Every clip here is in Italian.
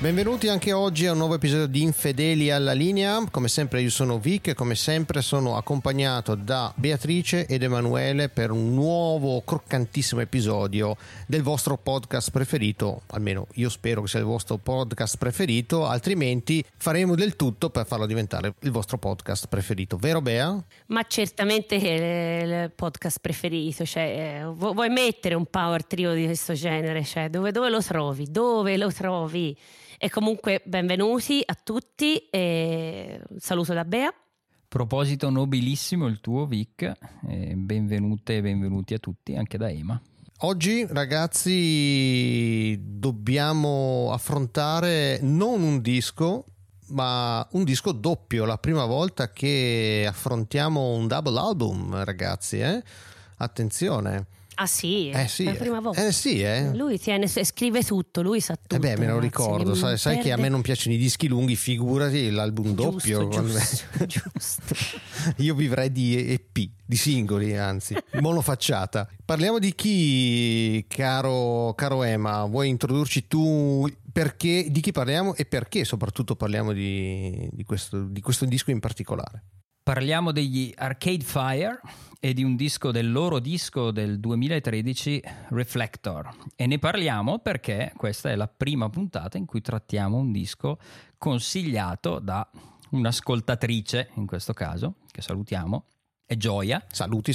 Benvenuti anche oggi a un nuovo episodio di Infedeli alla linea. Come sempre io sono Vic e come sempre sono accompagnato da Beatrice ed Emanuele per un nuovo croccantissimo episodio del vostro podcast preferito. Almeno io spero che sia il vostro podcast preferito, altrimenti faremo del tutto per farlo diventare il vostro podcast preferito. Vero Bea? Ma certamente è il podcast preferito, cioè, vuoi mettere un power trio di questo genere? Cioè, dove lo trovi? Dove lo trovi? E comunque benvenuti a tutti e un saluto da Bea. Proposito nobilissimo il tuo Vic, benvenute e benvenuti a tutti anche da Ema. Oggi ragazzi dobbiamo affrontare non un disco ma un disco doppio, la prima volta che affrontiamo un double album ragazzi, attenzione. Ah sì, sì, la prima volta. Sì, Lui scrive tutto, lui sa tutto. Me lo ricordo, sai che a me non piacciono i dischi lunghi, figurati l'album doppio. Giusto. Io vivrei di EP, di singoli, anzi, monofacciata. Parliamo di chi, caro Ema? Vuoi introdurci tu perché, di chi parliamo e perché soprattutto parliamo di questo disco in particolare? Parliamo degli Arcade Fire e di un disco del loro disco del 2013, Reflector, e ne parliamo perché questa è la prima puntata in cui trattiamo un disco consigliato da un'ascoltatrice, in questo caso, che salutiamo, è Gioia. Saluti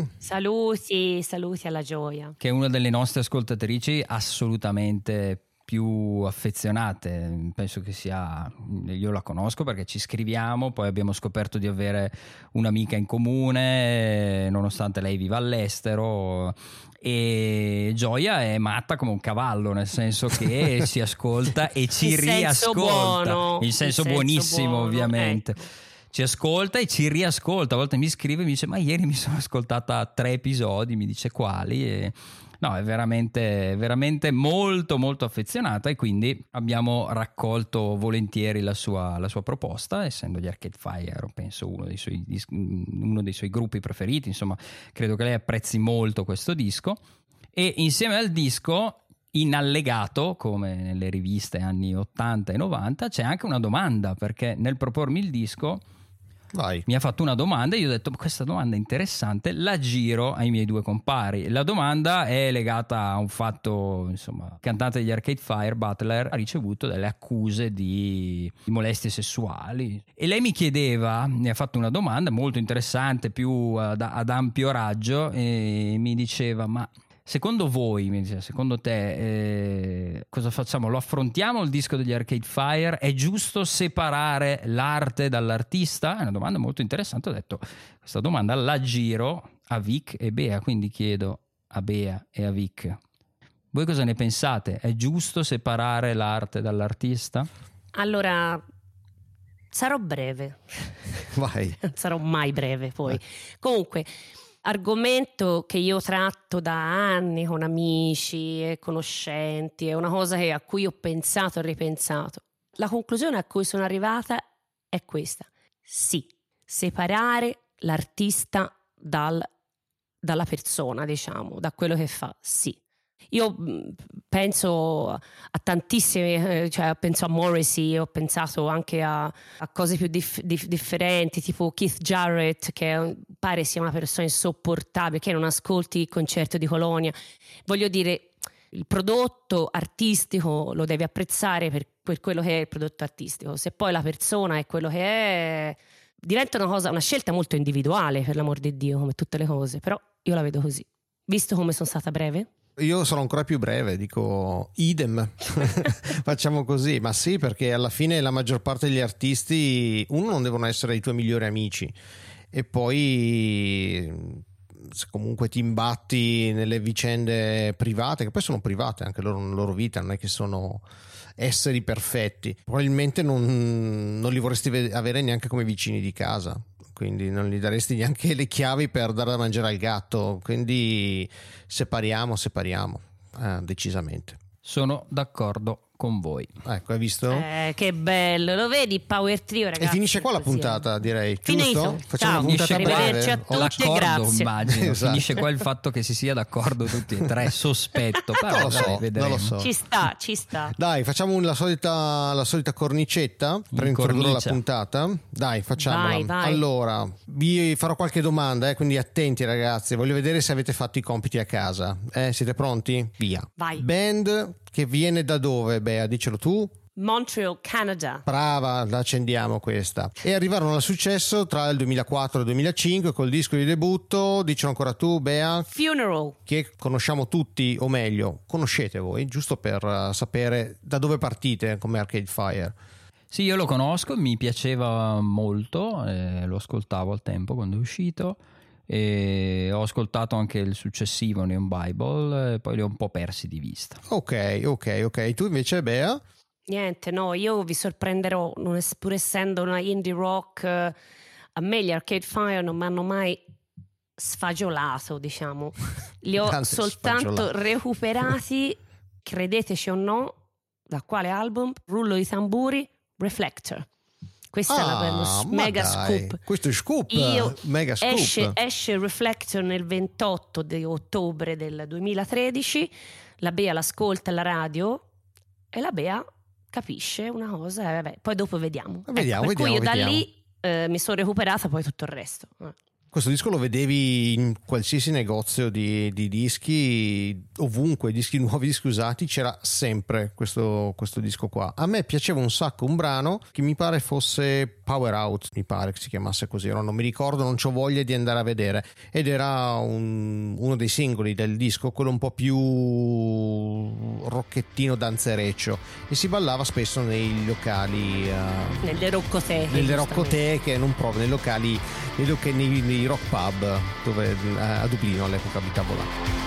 alla Gioia, che è una delle nostre ascoltatrici assolutamente più affezionate. Penso che sia, io la conosco perché ci scriviamo, poi abbiamo scoperto di avere un'amica in comune nonostante lei viva all'estero, e Gioia è matta come un cavallo, nel senso che si ascolta e ci riascolta, il senso buonissimo buono, ovviamente, ecco. Ci ascolta e ci riascolta, a volte mi scrive e mi dice ma ieri mi sono ascoltata 3 episodi, mi dice quali, e no, è veramente molto molto affezionata, e quindi abbiamo raccolto volentieri la sua proposta, essendo gli Arcade Fire penso uno dei suoi gruppi preferiti. Insomma, credo che lei apprezzi molto questo disco, e insieme al disco, in allegato, come nelle riviste anni 80 e 90, c'è anche una domanda, perché nel propormi il disco mi ha fatto una domanda e io ho detto questa domanda è interessante, la giro ai miei 2 compari. La domanda è legata a un fatto, insomma, il cantante degli Arcade Fire, Butler, ha ricevuto delle accuse di molestie sessuali, e lei mi ha fatto una domanda molto interessante, più ad ampio raggio, e mi diceva ma secondo voi, secondo te, cosa facciamo? Lo affrontiamo il disco degli Arcade Fire? È giusto separare l'arte dall'artista? È una domanda molto interessante. Ho detto, questa domanda la giro a Vic e Bea, quindi chiedo a Bea e a Vic, voi cosa ne pensate? È giusto separare l'arte dall'artista? Allora, sarò breve. Vai. Non sarò mai breve poi. Comunque, argomento che io tratto da anni con amici e conoscenti, è una cosa a cui ho pensato e ripensato. La conclusione a cui sono arrivata è questa: sì, separare l'artista dalla persona, diciamo, da quello che fa, sì. Io penso a tantissime, cioè penso a Morrissey, ho pensato anche a cose più differenti, tipo Keith Jarrett, che pare sia una persona insopportabile, che non ascolti il concerto di Colonia. Voglio dire, il prodotto artistico lo devi apprezzare per quello che è il prodotto artistico. Se poi la persona è quello che è, diventa una scelta molto individuale, per l'amor di Dio, come tutte le cose. Però io la vedo così. Visto come sono stata breve? Io sarò ancora più breve, dico idem. Facciamo così, ma sì, perché alla fine la maggior parte degli artisti, uno, non devono essere i tuoi migliori amici, e poi se comunque ti imbatti nelle vicende private, che poi sono private anche loro, nella loro vita, non è che sono esseri perfetti, probabilmente non li vorresti avere neanche come vicini di casa, quindi non gli daresti neanche le chiavi per dare da mangiare al gatto, quindi separiamo decisamente. Sono d'accordo con voi. Ecco, hai visto? Che bello, lo vedi, Power Trio, ragazzi. E finisce qua la puntata, direi. Finito. Giusto? Facciamo Ciao. una puntata Arrivederci a breve. tutti e grazie. Immagino. Esatto. Finisce qua il fatto che si sia d'accordo tutti e tre, sospetto, però Non lo so, dai, vedremo. non lo so. Ci sta. Dai, facciamo la solita cornicetta per introdurre la puntata. Dai, facciamola. Vai. Allora, vi farò qualche domanda, quindi attenti ragazzi. Voglio vedere se avete fatto i compiti a casa. Siete pronti? Via. Vai. Band che viene da dove, Bea? Dicelo tu. Montreal, Canada. Brava, la accendiamo questa. E arrivarono al successo tra il 2004 e il 2005 col disco di debutto, dicelo ancora tu, Bea, Funeral. che conosciamo tutti, o meglio, conoscete voi, giusto per sapere da dove partite come Arcade Fire. Sì, io lo conosco, mi piaceva molto, lo ascoltavo al tempo quando è uscito, e ho ascoltato anche il successivo Neon Bible, e poi li ho un po' persi di vista. Ok. Tu invece, Bea? Niente, no, io vi sorprenderò, pur essendo una indie rock, a me gli Arcade Fire non mi hanno mai sfagiolato, diciamo. Li ho Grande soltanto sfagiolato. recuperati, credeteci o no, da quale album? Rullo di tamburi, Reflector. Questa è la mega scoop. Questo è scoop, mega scoop. Esce Reflector nel 28 di ottobre del 2013, la Bea l'ascolta alla radio e la Bea capisce una cosa, vabbè, poi dopo vediamo. Per cui io da lì mi sono recuperata poi tutto il resto. Questo disco lo vedevi in qualsiasi negozio di dischi, ovunque, dischi nuovi, dischi usati, c'era sempre questo disco qua. A me piaceva un sacco un brano che mi pare fosse Power Out, mi pare che si chiamasse così, no? Non mi ricordo, non c'ho voglia di andare a vedere, ed era uno dei singoli del disco, quello un po' più rocchettino danzereccio, e si ballava spesso nei locali, nelle roccotee che non proprio, nei locali, nei rock pub, dove a Dublino all'epoca abitavo là.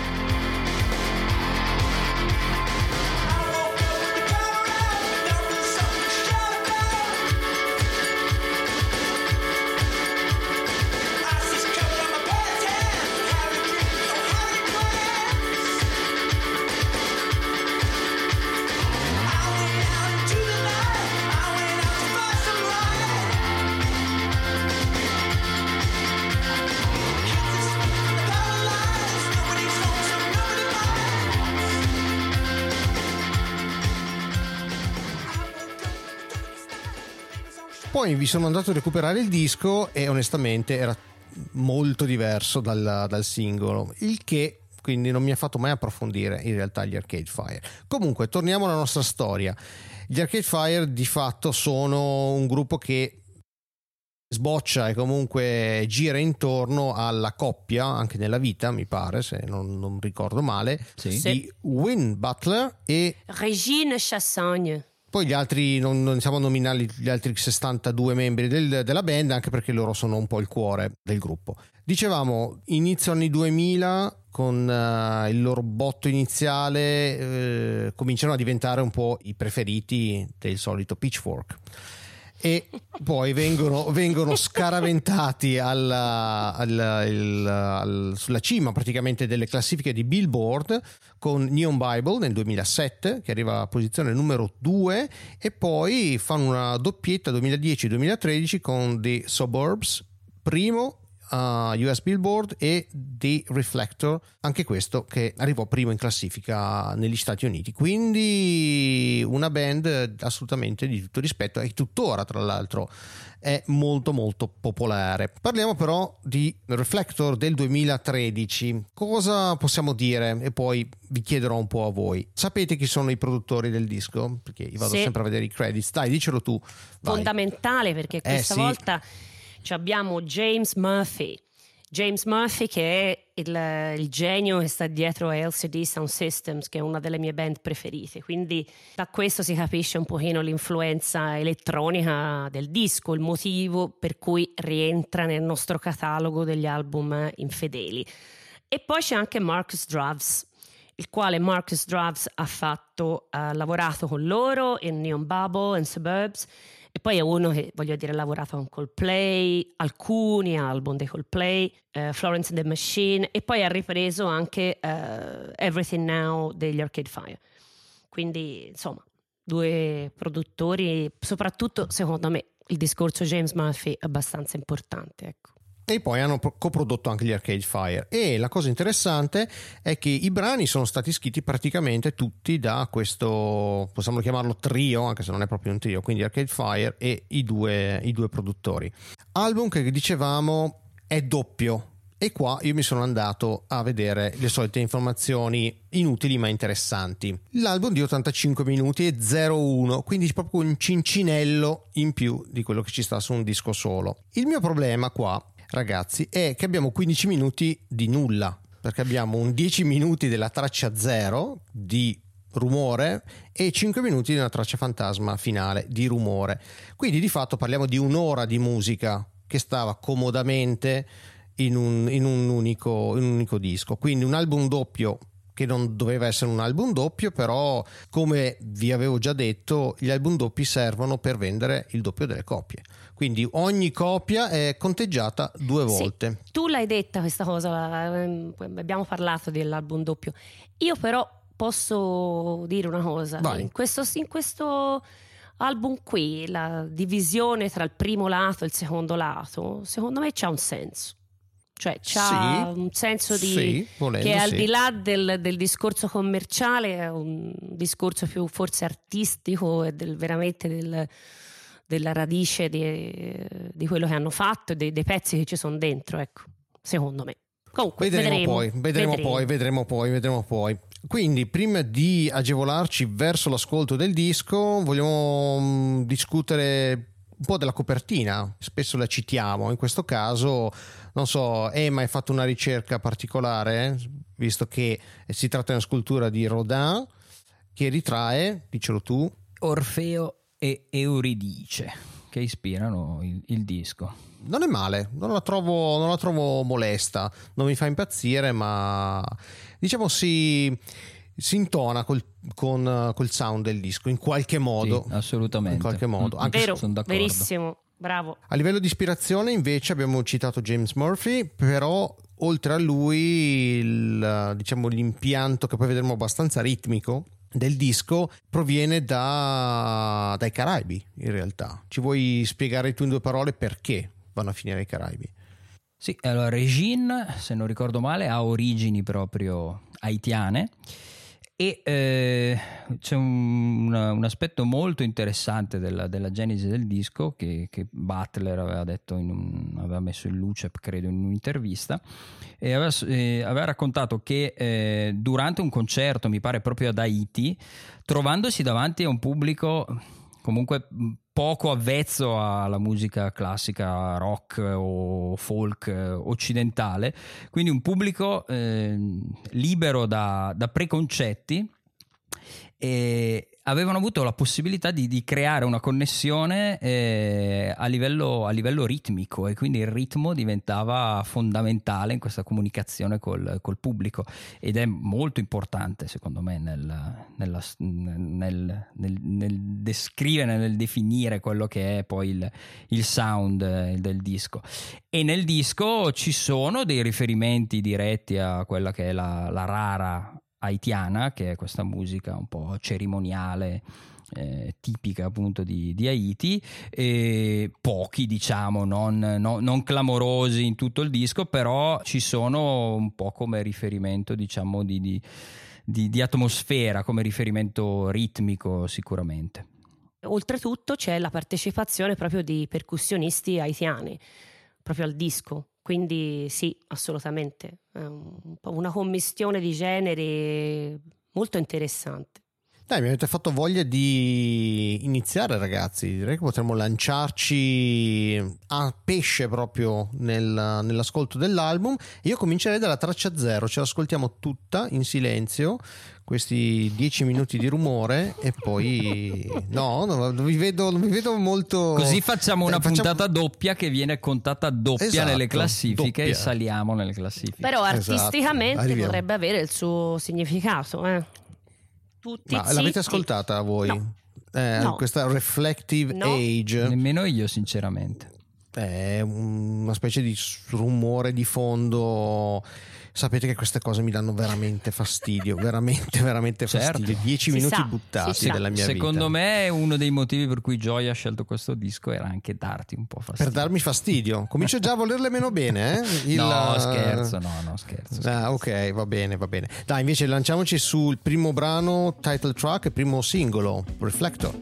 Poi vi sono andato a recuperare il disco e onestamente era molto diverso dal singolo, il che quindi non mi ha fatto mai approfondire in realtà gli Arcade Fire. Comunque torniamo alla nostra storia. Gli Arcade Fire di fatto sono un gruppo che sboccia e comunque gira intorno alla coppia, anche nella vita mi pare, se non ricordo male, sì, di Win Butler e Régine Chassagne. Poi gli altri non iniziamo a nominare gli altri 62 membri della band, anche perché loro sono un po' il cuore del gruppo. Dicevamo, inizio anni 2000, con il loro botto iniziale cominciano a diventare un po' i preferiti del solito Pitchfork. E poi vengono scaraventati sulla cima praticamente delle classifiche di Billboard con Neon Bible nel 2007 che arriva alla posizione numero 2, e poi fanno una doppietta 2010-2013 con The Suburbs, primo US Billboard, e The Reflector, anche questo che arrivò primo in classifica negli Stati Uniti. Quindi una band assolutamente di tutto rispetto, e tuttora tra l'altro è molto molto popolare. Parliamo però di Reflector del 2013. Cosa possiamo dire? E poi vi chiederò un po' a voi. Sapete chi sono i produttori del disco? Perché io vado sempre a vedere i credits. Dai, dicelo tu. Vai. Fondamentale, perché questa volta abbiamo James Murphy che è il genio che sta dietro a LCD Sound Systems, che è una delle mie band preferite, quindi da questo si capisce un pochino l'influenza elettronica del disco, il motivo per cui rientra nel nostro catalogo degli album infedeli. E poi c'è anche Marcus Draves, il quale Marcus Draves ha lavorato con loro in Neon Bubble, in Suburbs, e poi è uno che, voglio dire, ha lavorato con Coldplay, alcuni album dei Coldplay, Florence and the Machine, e poi ha ripreso anche Everything Now degli Arcade Fire. Quindi, insomma, due produttori, soprattutto secondo me il discorso James Murphy è abbastanza importante, ecco. E poi hanno coprodotto anche gli Arcade Fire, e la cosa interessante è che i brani sono stati scritti praticamente tutti da questo, possiamo chiamarlo trio, anche se non è proprio un trio, quindi Arcade Fire e i due produttori. Album che dicevamo è doppio, e qua io mi sono andato a vedere le solite informazioni inutili ma interessanti. L'album di 85 minuti e 0,1, quindi proprio un cincinello in più di quello che ci sta su un disco solo. Il mio problema qua, ragazzi, è che abbiamo 15 minuti di nulla, perché abbiamo un 10 minuti della traccia zero di rumore e 5 minuti di una traccia fantasma finale di rumore. Quindi di fatto parliamo di un'ora di musica che stava comodamente in un unico disco. Quindi un album doppio che non doveva essere un album doppio, però come vi avevo già detto, gli album doppi servono per vendere il doppio delle copie, quindi ogni copia è conteggiata 2 volte. Sì, tu l'hai detta questa cosa, abbiamo parlato dell'album doppio. Io però posso dire una cosa. Vai. In questo album qui, la divisione tra il primo lato e il secondo lato, secondo me c'ha un senso. Cioè c'ha un senso di volendo, che al di là del discorso commerciale è un discorso più forse artistico e veramente della radice di quello che hanno fatto e dei pezzi che ci sono dentro, ecco, secondo me. Comunque vedremo poi. Quindi prima di agevolarci verso l'ascolto del disco vogliamo discutere un po' della copertina. Spesso la citiamo, in questo caso non so, Emma, hai fatto una ricerca particolare, visto che si tratta di una scultura di Rodin che ritrae, dicelo tu, Orfeo e Euridice, che ispirano il disco. Non è male, non la trovo molesta, non mi fa impazzire, ma diciamo si intona col sound del disco in qualche modo. Sì, assolutamente. In qualche modo. Anche vero, sono d'accordo. Verissimo. Bravo. A livello di ispirazione invece abbiamo citato James Murphy, però oltre a lui l'impianto, che poi vedremo abbastanza ritmico, del disco proviene dai Caraibi. In realtà ci vuoi spiegare tu in 2 parole perché vanno a finire ai Caraibi? Sì, allora Regine, se non ricordo male, ha origini proprio haitiane. E c'è un aspetto molto interessante della genesi del disco che Butler aveva detto aveva messo in luce, credo, in un'intervista, e aveva raccontato che durante un concerto, mi pare proprio ad Haiti, trovandosi davanti a un pubblico comunque poco avvezzo alla musica classica, rock o folk occidentale, quindi un pubblico libero da preconcetti, e avevano avuto la possibilità di creare una connessione a livello ritmico, e quindi il ritmo diventava fondamentale in questa comunicazione col pubblico, ed è molto importante secondo me nel descrivere, nel definire quello che è poi il sound del disco. E nel disco ci sono dei riferimenti diretti a quella che è la rara haitiana, che è questa musica un po' cerimoniale, tipica appunto di Haiti, e pochi, diciamo, non clamorosi in tutto il disco, però ci sono un po' come riferimento, diciamo, di atmosfera, come riferimento ritmico sicuramente. Oltretutto c'è la partecipazione proprio di percussionisti haitiani proprio al disco. Quindi sì, assolutamente, è una commistione di generi molto interessante. Dai, mi avete fatto voglia di iniziare, ragazzi. Direi che potremmo lanciarci a pesce proprio nell'ascolto dell'album. Io comincerei dalla traccia 0, ce l'ascoltiamo tutta in silenzio, questi 10 minuti di rumore, e poi non vi vedo molto. Così facciamo una puntata doppia che viene contata doppia, esatto, nelle classifiche, doppia. E saliamo nelle classifiche. Però artisticamente potrebbe avere il suo significato, Tutti Ma l'avete ascoltata voi? No. Questa Reflective No. Age? Nemmeno io, sinceramente. è una specie di rumore di fondo. Sapete che queste cose mi danno veramente fastidio, veramente fastidio. Certo. 10 minuti buttati della mia vita. Secondo me uno dei motivi per cui Joy ha scelto questo disco era anche darti un po' fastidio. Per darmi fastidio? Comincio già a volerle meno bene, eh? No, scherzo. Ah, ok, va bene. Dai, invece lanciamoci sul primo brano, title track, primo singolo, Reflector.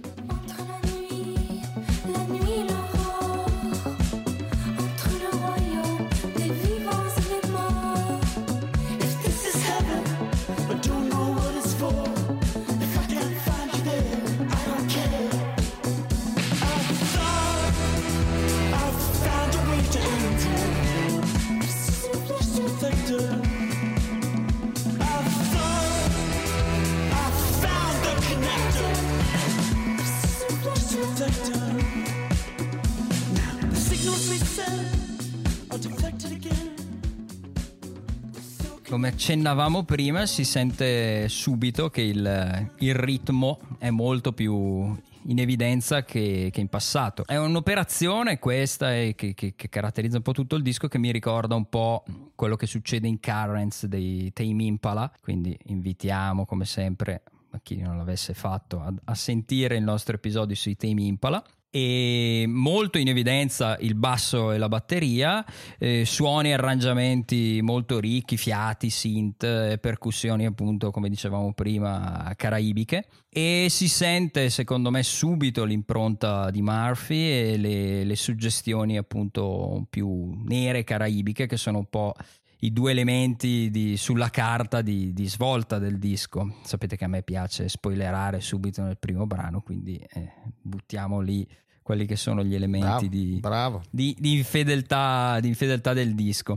Come accennavamo prima, si sente subito che il ritmo è molto più in evidenza che in passato. È un'operazione questa che caratterizza un po' tutto il disco, che mi ricorda un po' quello che succede in Currents dei Tame Impala, quindi invitiamo come sempre a chi non l'avesse fatto a sentire il nostro episodio sui Tame Impala. E molto in evidenza il basso e la batteria, suoni e arrangiamenti molto ricchi, fiati, synth, percussioni appunto come dicevamo prima caraibiche, e si sente secondo me subito l'impronta di Murphy e le suggestioni appunto più nere caraibiche, che sono un po' i due elementi sulla carta di svolta del disco. Sapete che a me piace spoilerare subito nel primo brano, quindi buttiamo lì quelli che sono gli elementi di infedeltà del disco.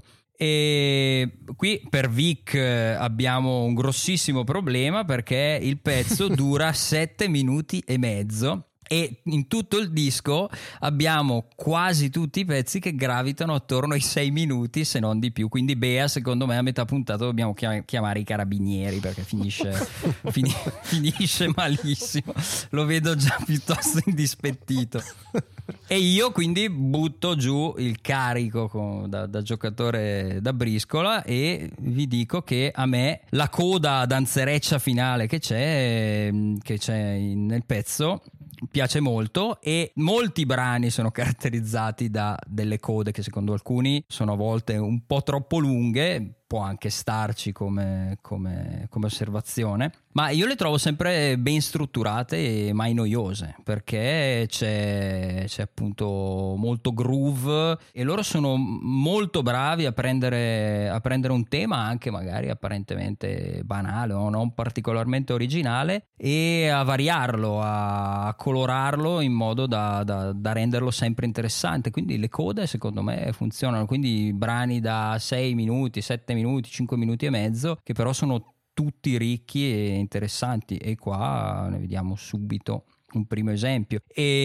E qui per Vic abbiamo un grossissimo problema, perché il pezzo dura 7 minuti e mezzo. E in tutto il disco abbiamo quasi tutti i pezzi che gravitano attorno ai 6 minuti, se non di più. Quindi Bea, secondo me, a metà puntata dobbiamo chiamare i carabinieri, perché finisce malissimo. Lo vedo già piuttosto indispettito. E io quindi butto giù il carico da giocatore da briscola e vi dico che a me la coda danzereccia finale che c'è nel pezzo piace molto, e molti brani sono caratterizzati da delle code che secondo alcuni sono a volte un po' troppo lunghe. Può anche starci come osservazione, ma io le trovo sempre ben strutturate e mai noiose, perché c'è appunto molto groove e loro sono molto bravi a prendere un tema anche magari apparentemente banale o non particolarmente originale, e a variarlo, a colorarlo in modo da renderlo sempre interessante. Quindi le code secondo me funzionano, quindi brani da 6 minuti, 7 minuti, 5 minuti e mezzo, che però sono tutti ricchi e interessanti, e qua ne vediamo subito un primo esempio.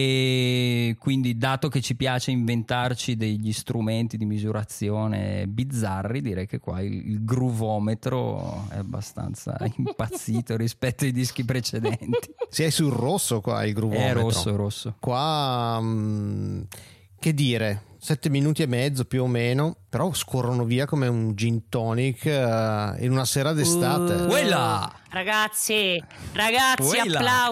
E quindi, dato che ci piace inventarci degli strumenti di misurazione bizzarri, direi che qua il groovometro è abbastanza impazzito rispetto ai dischi precedenti. Sei sul rosso qua il groovometro. È rosso. Qua che dire, 7 minuti e mezzo più o meno, però scorrono via come un gin tonic in una sera d'estate. Quella! Ragazzi, Quella!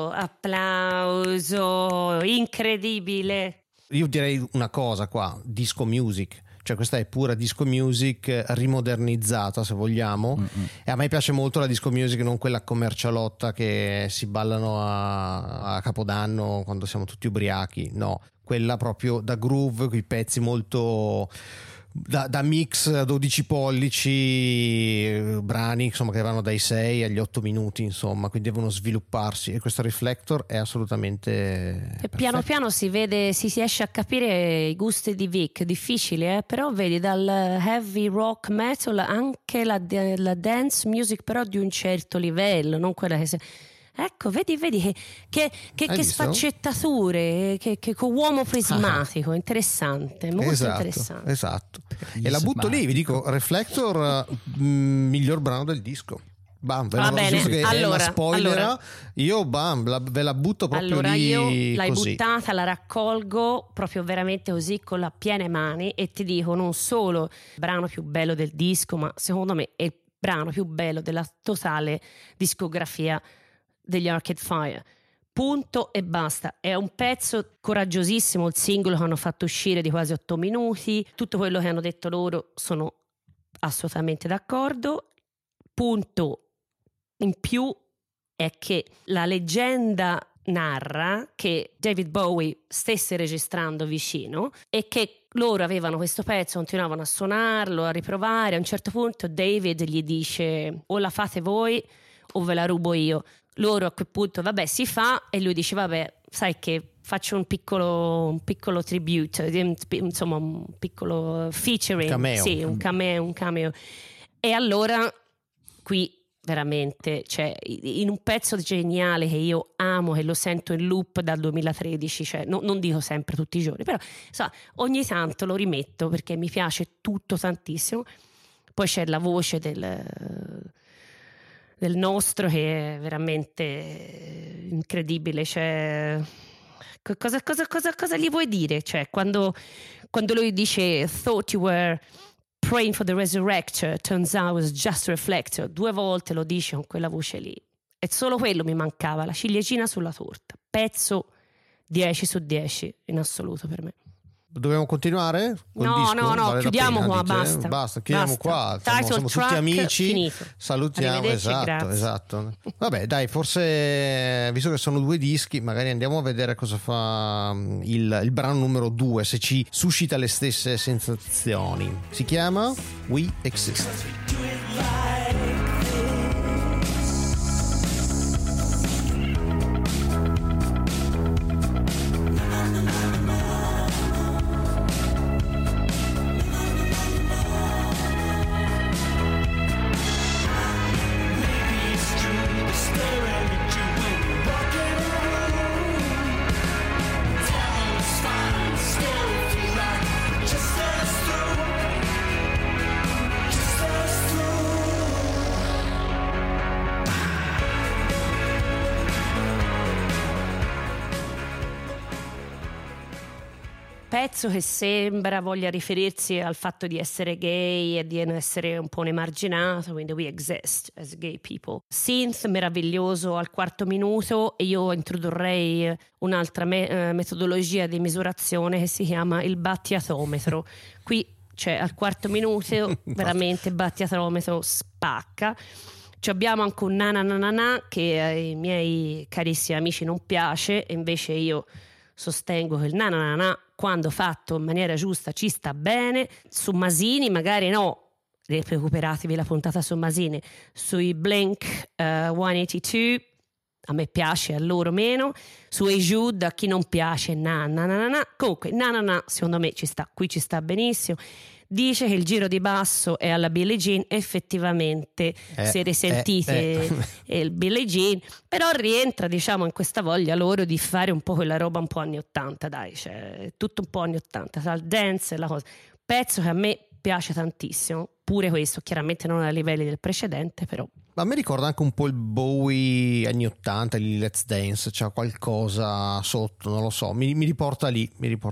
applauso, incredibile. Io direi una cosa qua, disco music. Cioè questa è pura disco music rimodernizzata, se vogliamo. E a me piace molto la disco music, non quella commercialotta che si ballano a Capodanno quando siamo tutti ubriachi, no, quella proprio da groove, quei pezzi molto da mix a 12 pollici, brani insomma che vanno dai 6 agli 8 minuti, insomma, quindi devono svilupparsi, e questo Reflector è assolutamente e piano piano si vede, si esce a capire i gusti di Vic. Difficile, però vedi, dal heavy rock metal anche la dance music, però di un certo livello, non quella che ecco, vedi che sfaccettature, che uomo prismatico, interessante, molto interessante. Esatto. E la butto lì, vi dico, Reflector, miglior brano del disco. Bam, Va bene, giusto che è una spoiler. allora. Io ve la butto proprio Allora lì, io l'hai così. buttata, la raccolgo proprio veramente così con le piene mani e ti dico non solo il brano più bello del disco, ma secondo me è il brano più bello della totale discografia degli Arcade Fire. Punto e basta. È un pezzo coraggiosissimo, il singolo che hanno fatto uscire di quasi 8 minuti, tutto quello che hanno detto loro sono assolutamente d'accordo. Punto in più è che la leggenda narra che David Bowie stesse registrando vicino e che loro avevano questo pezzo, continuavano a suonarlo, a riprovare. A un certo punto David gli dice: o la fate voi o ve la rubo io. Loro a quel punto vabbè si fa, e lui dice vabbè sai che faccio un piccolo tribute, insomma un piccolo featuring, cameo. sì, un cameo. E allora qui veramente, cioè, in un pezzo geniale che io amo, che lo sento in loop dal 2013, cioè, non dico sempre tutti i giorni, però ogni tanto lo rimetto perché mi piace tutto tantissimo. Poi c'è la voce del nostro che è veramente incredibile, cioè, cosa gli vuoi dire? Cioè, quando lui dice "Thought you were praying for the resurrector, turns out it was just a reflector", 2 volte lo dice con quella voce lì, e solo quello mi mancava, la ciliegina sulla torta. Pezzo 10 su 10 in assoluto per me. Dobbiamo continuare? No, vale chiudiamo qua, dice? Basta, chiudiamo qua. Siamo tutti amici. Finito. Salutiamo, esatto. Vabbè, dai, forse visto che sono 2 dischi, magari andiamo a vedere cosa fa il brano numero 2, se ci suscita le stesse sensazioni. Si chiama We Exist. Pezzo che sembra voglia riferirsi al fatto di essere gay e di essere un po' un emarginato, quindi we exist as gay people. Synth meraviglioso al 4° minuto, e io introdurrei un'altra metodologia di misurazione che si chiama il battiatometro. Qui c'è al 4° minuto veramente il battiatometro spacca. Ci abbiamo anche un na na na na na che ai miei carissimi amici non piace, e invece io sostengo che il na na na na, quando fatto in maniera giusta, ci sta bene. Su Masini magari no, recuperatevi la puntata su Masini. Sui Blink 182 a me piace, a loro meno. Su Hey Jude a chi non piace na na na na. Comunque na na na secondo me ci sta, qui ci sta benissimo. Dice che il giro di basso è alla Billie Jean, effettivamente se risentite il Billie Jean, però rientra diciamo in questa voglia loro di fare un po' quella roba un po' anni 80, dai, cioè tutto un po' anni 80, il dance, la cosa. Pezzo che a me piace tantissimo, pure questo, chiaramente non a livelli del precedente, però. Ma a me ricorda anche un po' il Bowie anni 80, il Let's Dance, c'ha qualcosa sotto, non lo so, mi riporta lì.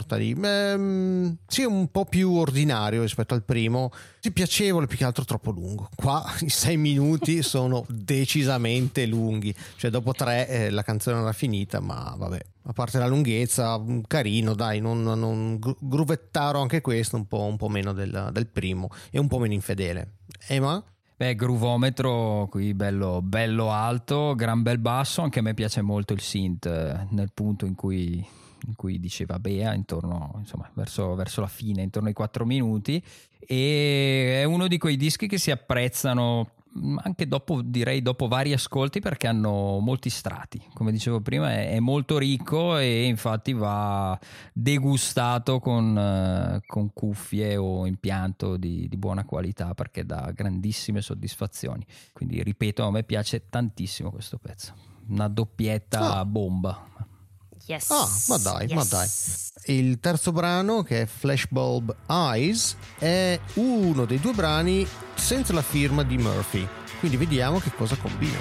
Sì, un po' più ordinario rispetto al primo, sì, piacevole, più che altro troppo lungo. Qua i 6 minuti sono decisamente lunghi, cioè dopo 3 la canzone era finita, ma vabbè, a parte la lunghezza, carino, dai, non gruvettaro anche questo, un po' meno del primo e un po' meno infedele. Ema? Beh, groovometro qui bello alto, gran bel basso. Anche a me piace molto il synth nel punto in cui diceva Bea, intorno, insomma, verso la fine, intorno ai 4 minuti, e è uno di quei dischi che si apprezzano anche dopo vari ascolti, perché hanno molti strati, come dicevo prima, è molto ricco, e infatti va degustato con cuffie o impianto di buona qualità, perché dà grandissime soddisfazioni. Quindi ripeto, a me piace tantissimo questo pezzo, una doppietta bomba. Yes. Ma dai. Il terzo brano, che è Flashbulb Eyes, è uno dei due brani senza la firma di Murphy, quindi vediamo che cosa combina.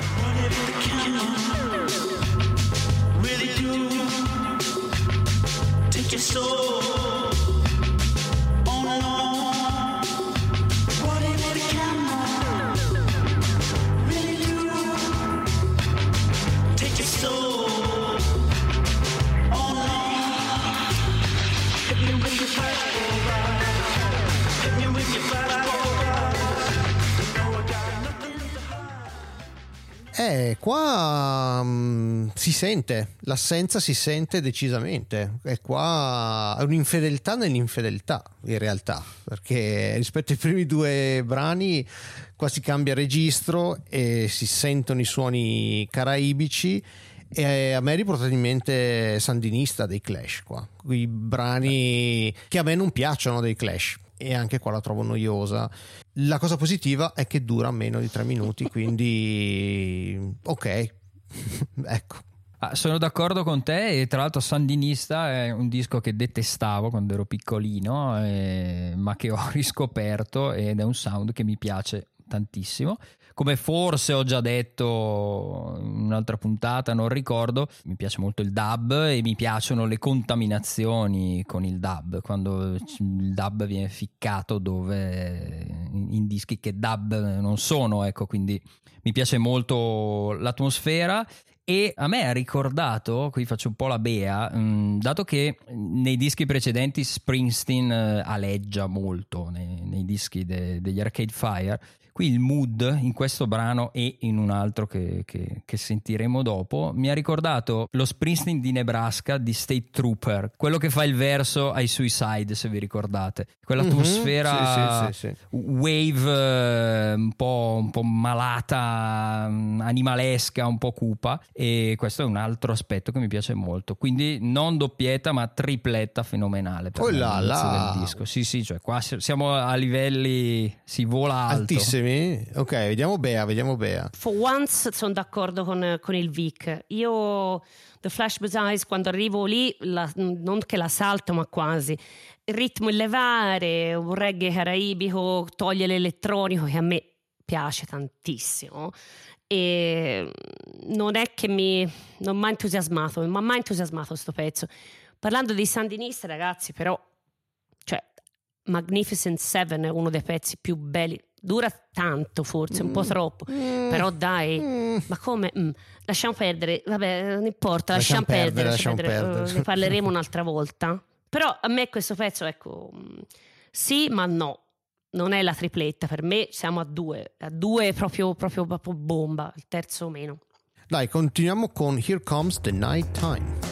Qua si sente, l'assenza si sente decisamente, e qua è un'infedeltà nell'infedeltà in realtà, perché rispetto ai primi due brani qua si cambia registro e si sentono i suoni caraibici, e a me riporta in mente Sandinista dei Clash, qua quei brani che a me non piacciono dei Clash, e anche qua la trovo noiosa. La cosa positiva è che dura meno di 3 minuti, quindi ok. Ecco. Sono d'accordo con te, e tra l'altro Sandinista è un disco che detestavo quando ero piccolino, ma che ho riscoperto, ed è un sound che mi piace tantissimo. Come forse ho già detto in un'altra puntata, non ricordo, mi piace molto il dub e mi piacciono le contaminazioni con il dub, quando il dub viene ficcato dove in dischi che dub non sono, ecco, quindi mi piace molto l'atmosfera. E a me ha ricordato, qui faccio un po' la bea, dato che nei dischi precedenti Springsteen aleggia molto nei dischi degli Arcade Fire, qui il mood in questo brano e in un altro che sentiremo dopo mi ha ricordato lo Springsteen di Nebraska di State Trooper, quello che fa il verso ai Suicide, se vi ricordate, quell'atmosfera sì. wave un po' malata, animalesca, un po' cupa, e questo è un altro aspetto che mi piace molto, quindi non doppietta ma tripletta fenomenale per l'inizio del disco. Sì, cioè qua siamo a livelli, si vola alto, altissimi. Ok, vediamo Bea. For once sono d'accordo con il Vic. Io The Flashbulb Eyes, quando arrivo lì, non che la salto, ma quasi. Il ritmo, il levare, un reggae caraibico, toglie l'elettronico, che a me piace tantissimo. E non è che non mi ha entusiasmato sto pezzo. Parlando di Sandinista, ragazzi, però, cioè, Magnificent Seven è uno dei pezzi più belli. Dura tanto, forse un po' troppo, però dai, ma come? Lasciamo perdere, vabbè, non importa, lasciamo perdere. Ne parleremo un'altra volta. Però a me questo pezzo, ecco, sì, ma no, non è la tripletta. Per me siamo a due proprio bomba, il terzo meno. Dai, continuiamo con Here Comes the Night Time.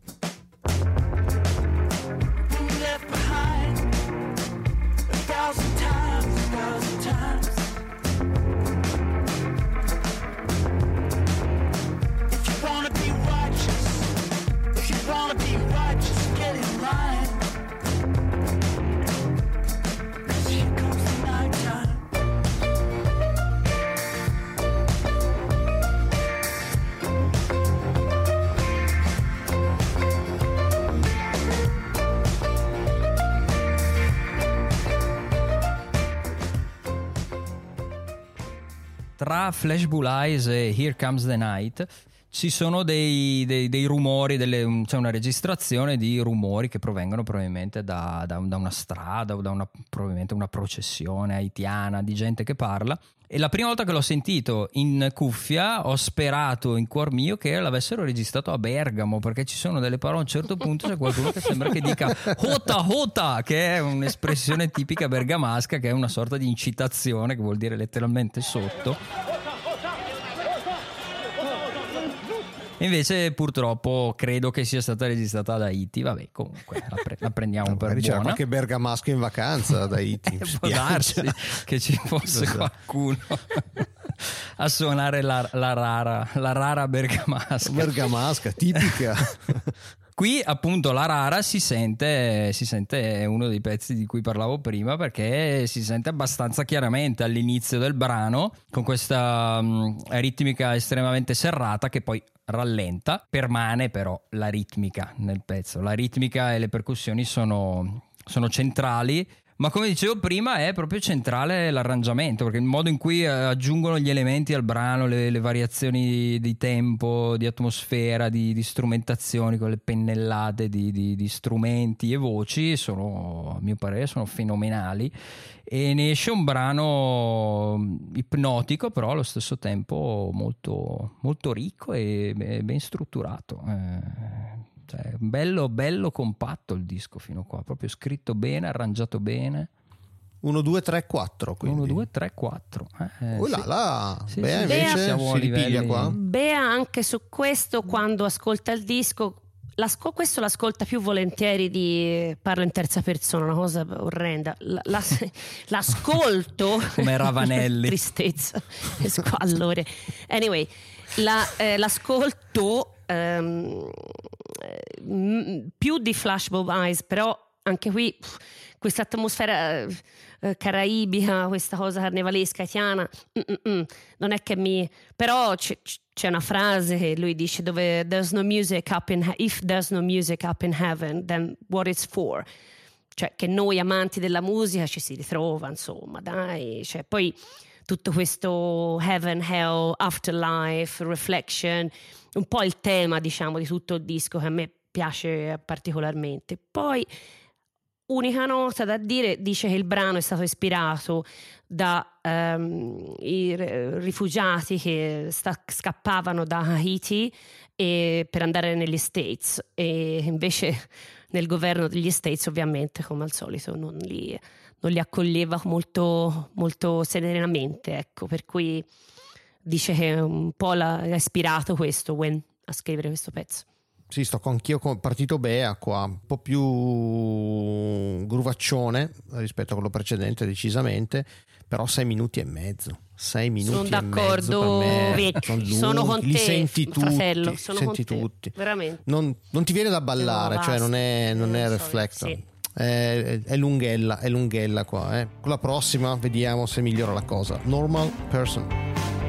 Tra Flashbulb Eyes e Here Comes the Night ci sono dei rumori, c'è una registrazione di rumori che provengono probabilmente da una strada o probabilmente una processione haitiana di gente che parla. E la prima volta che l'ho sentito in cuffia ho sperato in cuor mio che l'avessero registrato a Bergamo, perché ci sono delle parole, a un certo punto c'è qualcuno che sembra che dica hota, che è un'espressione tipica bergamasca, che è una sorta di incitazione, che vuol dire letteralmente sotto. Invece purtroppo credo che sia stata registrata da Haiti. Vabbè, comunque la prendiamo per buona. C'era qualche bergamasco in vacanza da Haiti. Può darsi che ci fosse qualcuno a suonare la rara bergamasca. Bergamasca tipica. Qui appunto la rara si sente è uno dei pezzi di cui parlavo prima, perché si sente abbastanza chiaramente all'inizio del brano con questa ritmica estremamente serrata che poi rallenta. Permane però la ritmica nel pezzo, la ritmica e le percussioni sono centrali. Ma come dicevo prima è proprio centrale l'arrangiamento, perché il modo in cui aggiungono gli elementi al brano, le variazioni di tempo, di atmosfera, di strumentazioni, con le pennellate di strumenti e voci a mio parere sono fenomenali, e ne esce un brano ipnotico però allo stesso tempo molto, molto ricco e ben strutturato. Cioè, bello compatto il disco fino qua, proprio scritto bene, arrangiato bene. 1, 2, 3, 4 quindi. 1, 2, 3, 4 sì, Bea invece si ripiglia qua. Bea anche su questo, quando ascolta il disco, questo l'ascolta più volentieri parlo in terza persona, una cosa orrenda. L'ascolto come Ravanelli. Tristezza e squallore. Anyway, l'ascolto più di Flashbulb Eyes, però anche qui questa atmosfera caraibica, questa cosa carnevalesca haitiana, non è che però c'è una frase che lui dice dove if there's no music up in heaven, then what it's for? Cioè che noi amanti della musica ci si ritrova, insomma, dai, cioè poi tutto questo heaven, hell, afterlife, reflection, un po' il tema, diciamo, di tutto il disco, che a me piace particolarmente. Poi, unica nota da dire, dice che il brano è stato ispirato da i rifugiati che scappavano da Haiti per andare negli States, e invece nel governo degli States ovviamente, come al solito, non li accoglieva molto, molto serenamente, ecco, per cui dice che un po' l'ha ispirato questo When a scrivere questo pezzo. Sì, sto anch'io partito Bea qua, un po' più gruvaccione rispetto a quello precedente decisamente, però 6 minuti e mezzo. 6 minuti sono d'accordo, e mezzo sono con te, li senti tutti, fratello, senti tutti. Veramente. Non ti viene da ballare, cioè non è Reflector. Sì. È lunghella qua. Con la prossima vediamo se migliora la cosa. Normal Person.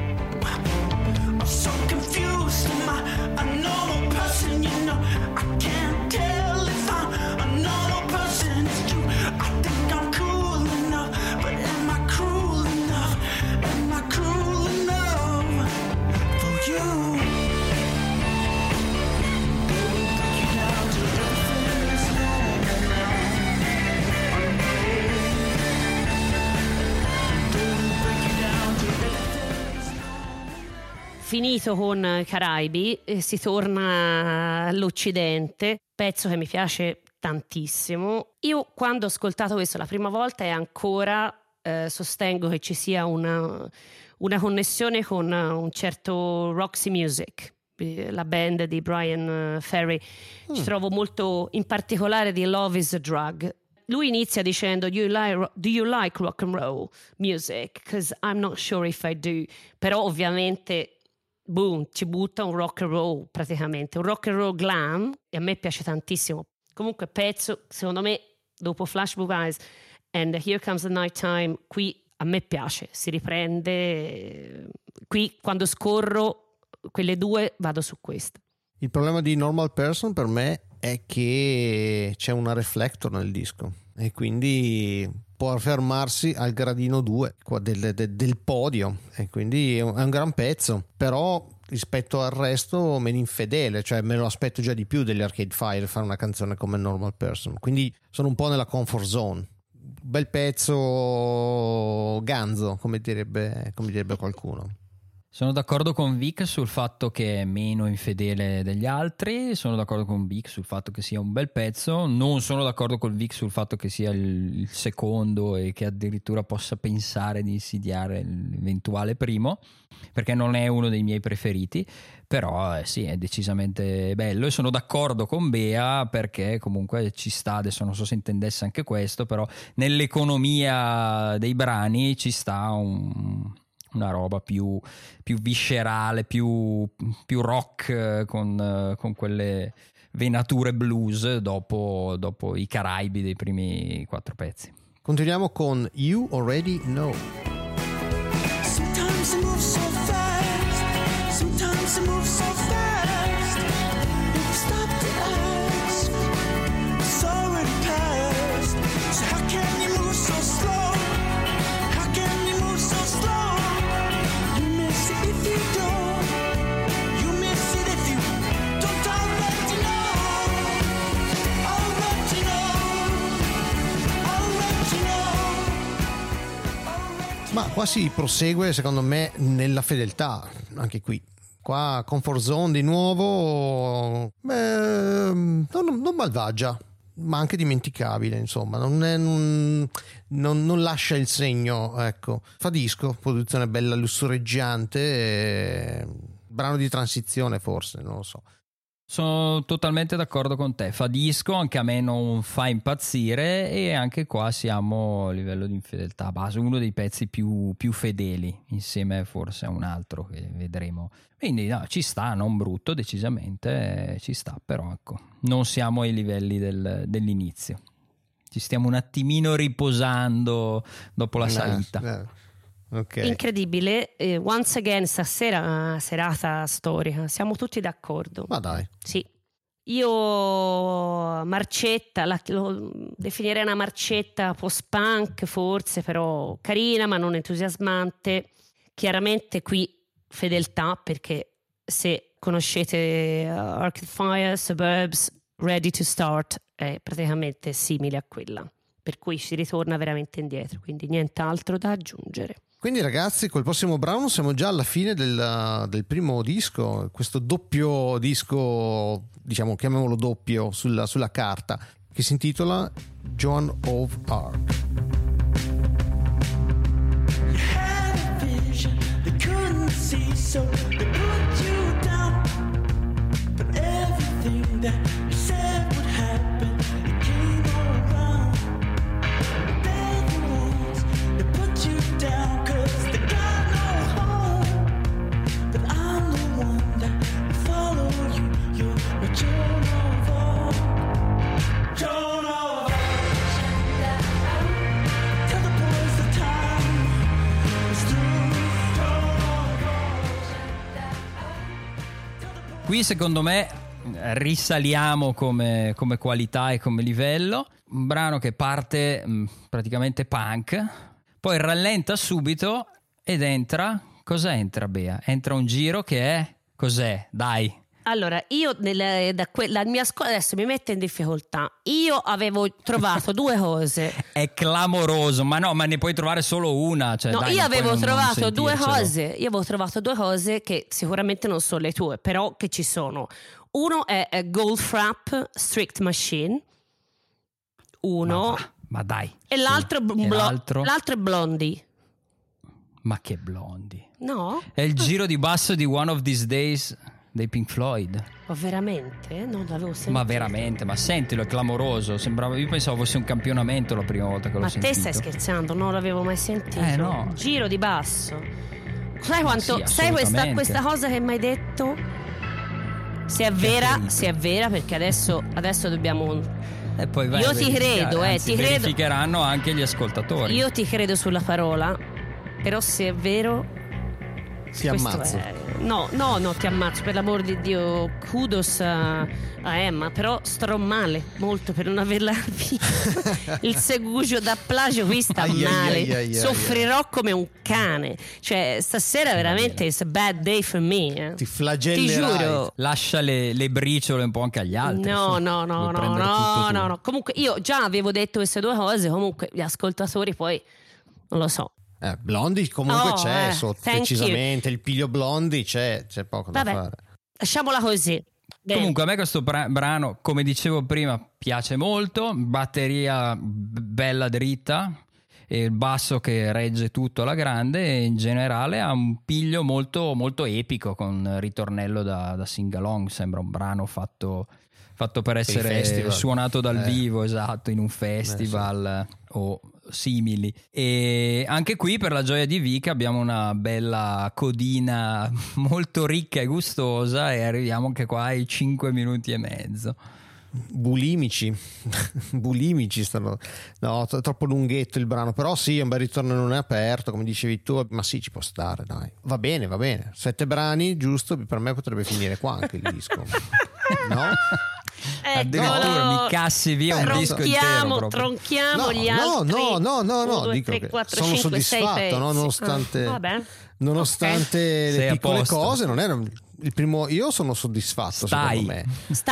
Finito con Caraibi, si torna all'Occidente, pezzo che mi piace tantissimo. Io quando ho ascoltato questo la prima volta e ancora sostengo che ci sia una connessione con un certo Roxy Music, la band di Brian Ferry. Ci trovo molto, in particolare di Love is a Drug. Lui inizia dicendo do you like rock and roll music? Because I'm not sure if I do. Però ovviamente boom, ci butta un rock and roll, praticamente un rock and roll glam, e a me piace tantissimo. Comunque pezzo, secondo me, dopo Flashbulb Eyes and Here Comes the Night Time, qui a me piace, si riprende. Qui quando scorro quelle due vado su questa. Il problema di Normal Person per me è che c'è una Reflector nel disco e quindi può fermarsi al gradino 2 del podio, e quindi è un gran pezzo, però rispetto al resto meno infedele, cioè me lo aspetto già di più degli Arcade Fire fare una canzone come Normal Person, quindi sono un po' nella comfort zone. Bel pezzo ganzo, come direbbe qualcuno. Sono d'accordo con Vic sul fatto che è meno infedele degli altri, sono d'accordo con Vic sul fatto che sia un bel pezzo, non sono d'accordo con Vic sul fatto che sia il secondo e che addirittura possa pensare di insidiare l'eventuale primo, perché non è uno dei miei preferiti, però sì, è decisamente bello, e sono d'accordo con Bea perché comunque ci sta, adesso non so se intendesse anche questo, però nell'economia dei brani ci sta una roba più viscerale, più rock, con quelle venature blues dopo i Caraibi dei primi 4 pezzi. Continuiamo con You Already Know. Sometimes I move so fast, sometimes I move so fast. If you stop to ask, it's already past. So how can you move so slow? How can you move so slow? You miss it if you don't. You miss it if you don't already know. Already know. Already know. Ma qua si prosegue secondo me nella fedeltà, anche qui. Qua Comfort Zone di nuovo, non malvagia, ma anche dimenticabile, insomma, non lascia il segno, ecco. Fa disco, produzione bella lussureggiante, brano di transizione forse, non lo so. Sono totalmente d'accordo con te, fa disco, anche a me non fa impazzire, e anche qua siamo a livello di infedeltà base, uno dei pezzi più fedeli, insieme forse a un altro che vedremo. Quindi no, ci sta, non brutto decisamente, ci sta, però ecco, non siamo ai livelli dell'inizio. Ci stiamo un attimino riposando dopo la salita. Okay. Incredibile, once again stasera serata storica, siamo tutti d'accordo. Ma dai. Sì, io marcetta, lo definirei una marcetta post-punk forse, però carina ma non entusiasmante. Chiaramente qui fedeltà, perché se conoscete Arcade Fire, Suburbs, Ready to Start è praticamente simile a quella, per cui si ritorna veramente indietro, quindi nient'altro da aggiungere. Quindi ragazzi, col prossimo brano siamo già alla fine del primo disco, questo doppio disco, diciamo, chiamiamolo doppio sulla carta, che si intitola Joan of Arc. Qui secondo me risaliamo come qualità e come livello. Un brano che parte praticamente punk, poi rallenta subito ed entra. Cosa entra, Bea? Entra un giro che è... Cos'è? Dai. Allora, io la mia scuola adesso mi mette in difficoltà. Io avevo trovato due cose. È clamoroso, ma no, ma ne puoi trovare solo una. Cioè, no, dai, io avevo trovato due cose. Io avevo trovato due cose che sicuramente non sono le tue, però che ci sono. Uno è Goldfrapp Strict Machine. Uno. Ma dai. E l'altro, l'altro è Blondie. Ma che Blondie? No? È il giro di basso di One of These Days dei Pink Floyd. Ma veramente? Non l'avevo sentito. Ma veramente, ma sentilo, è clamoroso. Sembrava, io pensavo fosse un campionamento la prima volta che l'ho sentito. Ma te stai scherzando? Non l'avevo mai sentito. No. Giro di basso. Sai quanto? Sì, sai questa cosa che mi hai detto? Se è vera, perché adesso dobbiamo. E poi vai io ti credo, ti credo. Verificheranno anche gli ascoltatori. Io ti credo sulla parola, però se è vero. Ti ammazzo. No, ti ammazzo, per l'amor di Dio. Kudos a Emma, però starò male molto per non averla vista. Il segugio da plagio qui sta male. Soffrirò come un cane. Cioè, stasera veramente it's a bad day for me. Ti flagellerai. Ti giuro. Lascia le briciole un po' anche agli altri. No. Comunque io già avevo detto queste due cose. Comunque gli ascoltatori poi non lo so. Blondie comunque c'è decisamente il piglio Blondie c'è poco da fare. Lasciamola così. Comunque a me questo brano, come dicevo prima, piace molto, batteria bella dritta e il basso che regge tutto alla grande, e in generale ha un piglio molto, molto epico, con ritornello da sing-along. Sembra un brano fatto per essere suonato dal vivo, esatto, in un festival o simili. E anche qui, per la gioia di Vic, abbiamo una bella codina molto ricca e gustosa, e arriviamo anche qua ai 5 minuti e mezzo. Bulimici stanno, no, troppo lunghetto il brano, però sì, è un bel ritorno non è aperto, come dicevi tu, ma sì, ci può stare, dai, va bene, 7 brani, giusto, per me potrebbe finire qua anche il disco. No? Addirittura mi cassi via un disco intero, tronchiamo gli altri. No, 1, 2, dico 3, che 4, sono 5, soddisfatto, 6 no? Nonostante Sei le a piccole posto. cose, non era il primo. Io sono soddisfatto, secondo me.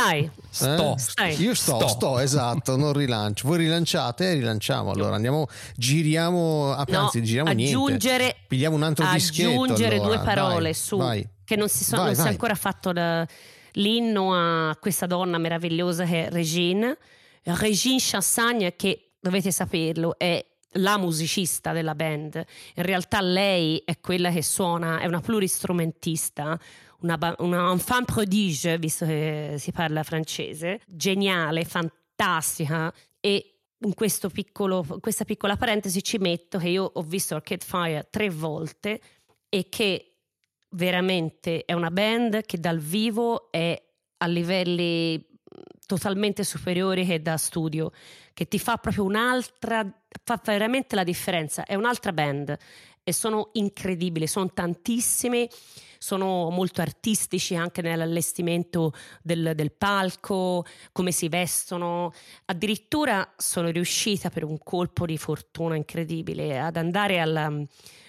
Io sto, esatto, non rilancio. Voi rilanciate, rilanciamo. Allora giriamo, giriamo niente. Pigliamo un altro dischetto. Aggiungere allora. 2 parole Dai, su vai. che non si è ancora fatto l'inno a questa donna meravigliosa che è Régine Chassagne, che dovete saperlo è la musicista della band. In realtà lei è quella che suona, è una pluristrumentista, una enfant prodige, visto che si parla francese, geniale, fantastica. E in questa piccola parentesi ci metto che io ho visto Arcade Fire 3 volte e che veramente è una band che dal vivo è a livelli totalmente superiori che da studio, che ti fa proprio fa veramente la differenza. È un'altra band e sono incredibili, sono tantissimi, sono molto artistici anche nell'allestimento del palco, come si vestono. Addirittura sono riuscita, per un colpo di fortuna incredibile, ad andare al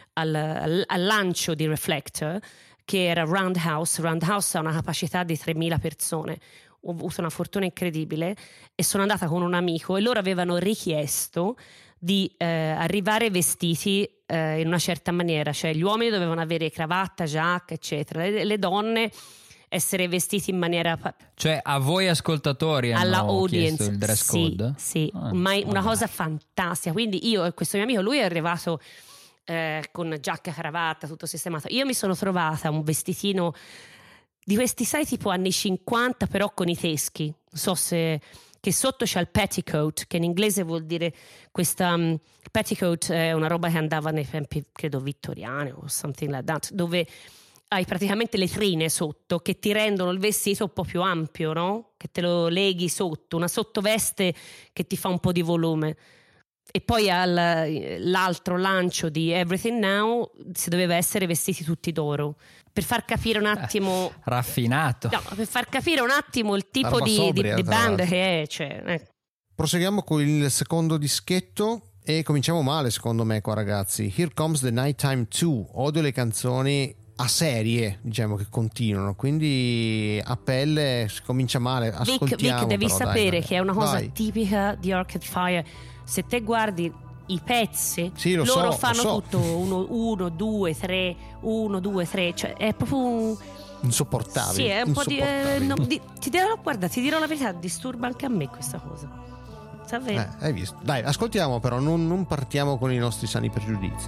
lancio di Reflector, che era Roundhouse. Roundhouse ha una capacità di 3.000 persone. Ho avuto una fortuna incredibile e sono andata con un amico, e loro avevano richiesto di arrivare vestiti in una certa maniera, cioè gli uomini dovevano avere cravatta, giacca, eccetera, le donne essere vestiti in maniera, cioè a voi ascoltatori alla hanno audience chiesto il dress code? sì, ma una cosa fantastica. Quindi io e questo mio amico, lui è arrivato con giacca, cravatta, tutto sistemato. Io mi sono trovata un vestitino di questi, sai, tipo anni 50, però con i teschi. So se, che sotto c'è il petticoat, che in inglese vuol dire questa petticoat è una roba che andava nei tempi, credo, vittoriani o something like that, dove hai praticamente le trine sotto che ti rendono il vestito un po' più ampio, no? Che te lo leghi sotto, una sottoveste che ti fa un po' di volume. E poi l'altro lancio di Everything Now si doveva essere vestiti tutti d'oro, per far capire un attimo raffinato, no, per far capire un attimo il tipo di band che è, cioè. Proseguiamo con il secondo dischetto e cominciamo male, secondo me, qua, ragazzi. Here Comes the Nighttime 2. Odio le canzoni a serie, diciamo, che continuano, quindi a pelle si comincia male. Ascoltiamo. Vic, devi però, sapere dai, che è una cosa vai. tipica di Arcade Fire. Se te guardi i pezzi, sì, loro fanno tutto 1, 2, 3, 1, 2, 3, cioè è proprio insopportabile. Sì, è un po' ti dirò la verità, disturba anche a me questa cosa. Hai visto? Dai, ascoltiamo, però non partiamo con i nostri sani pregiudizi.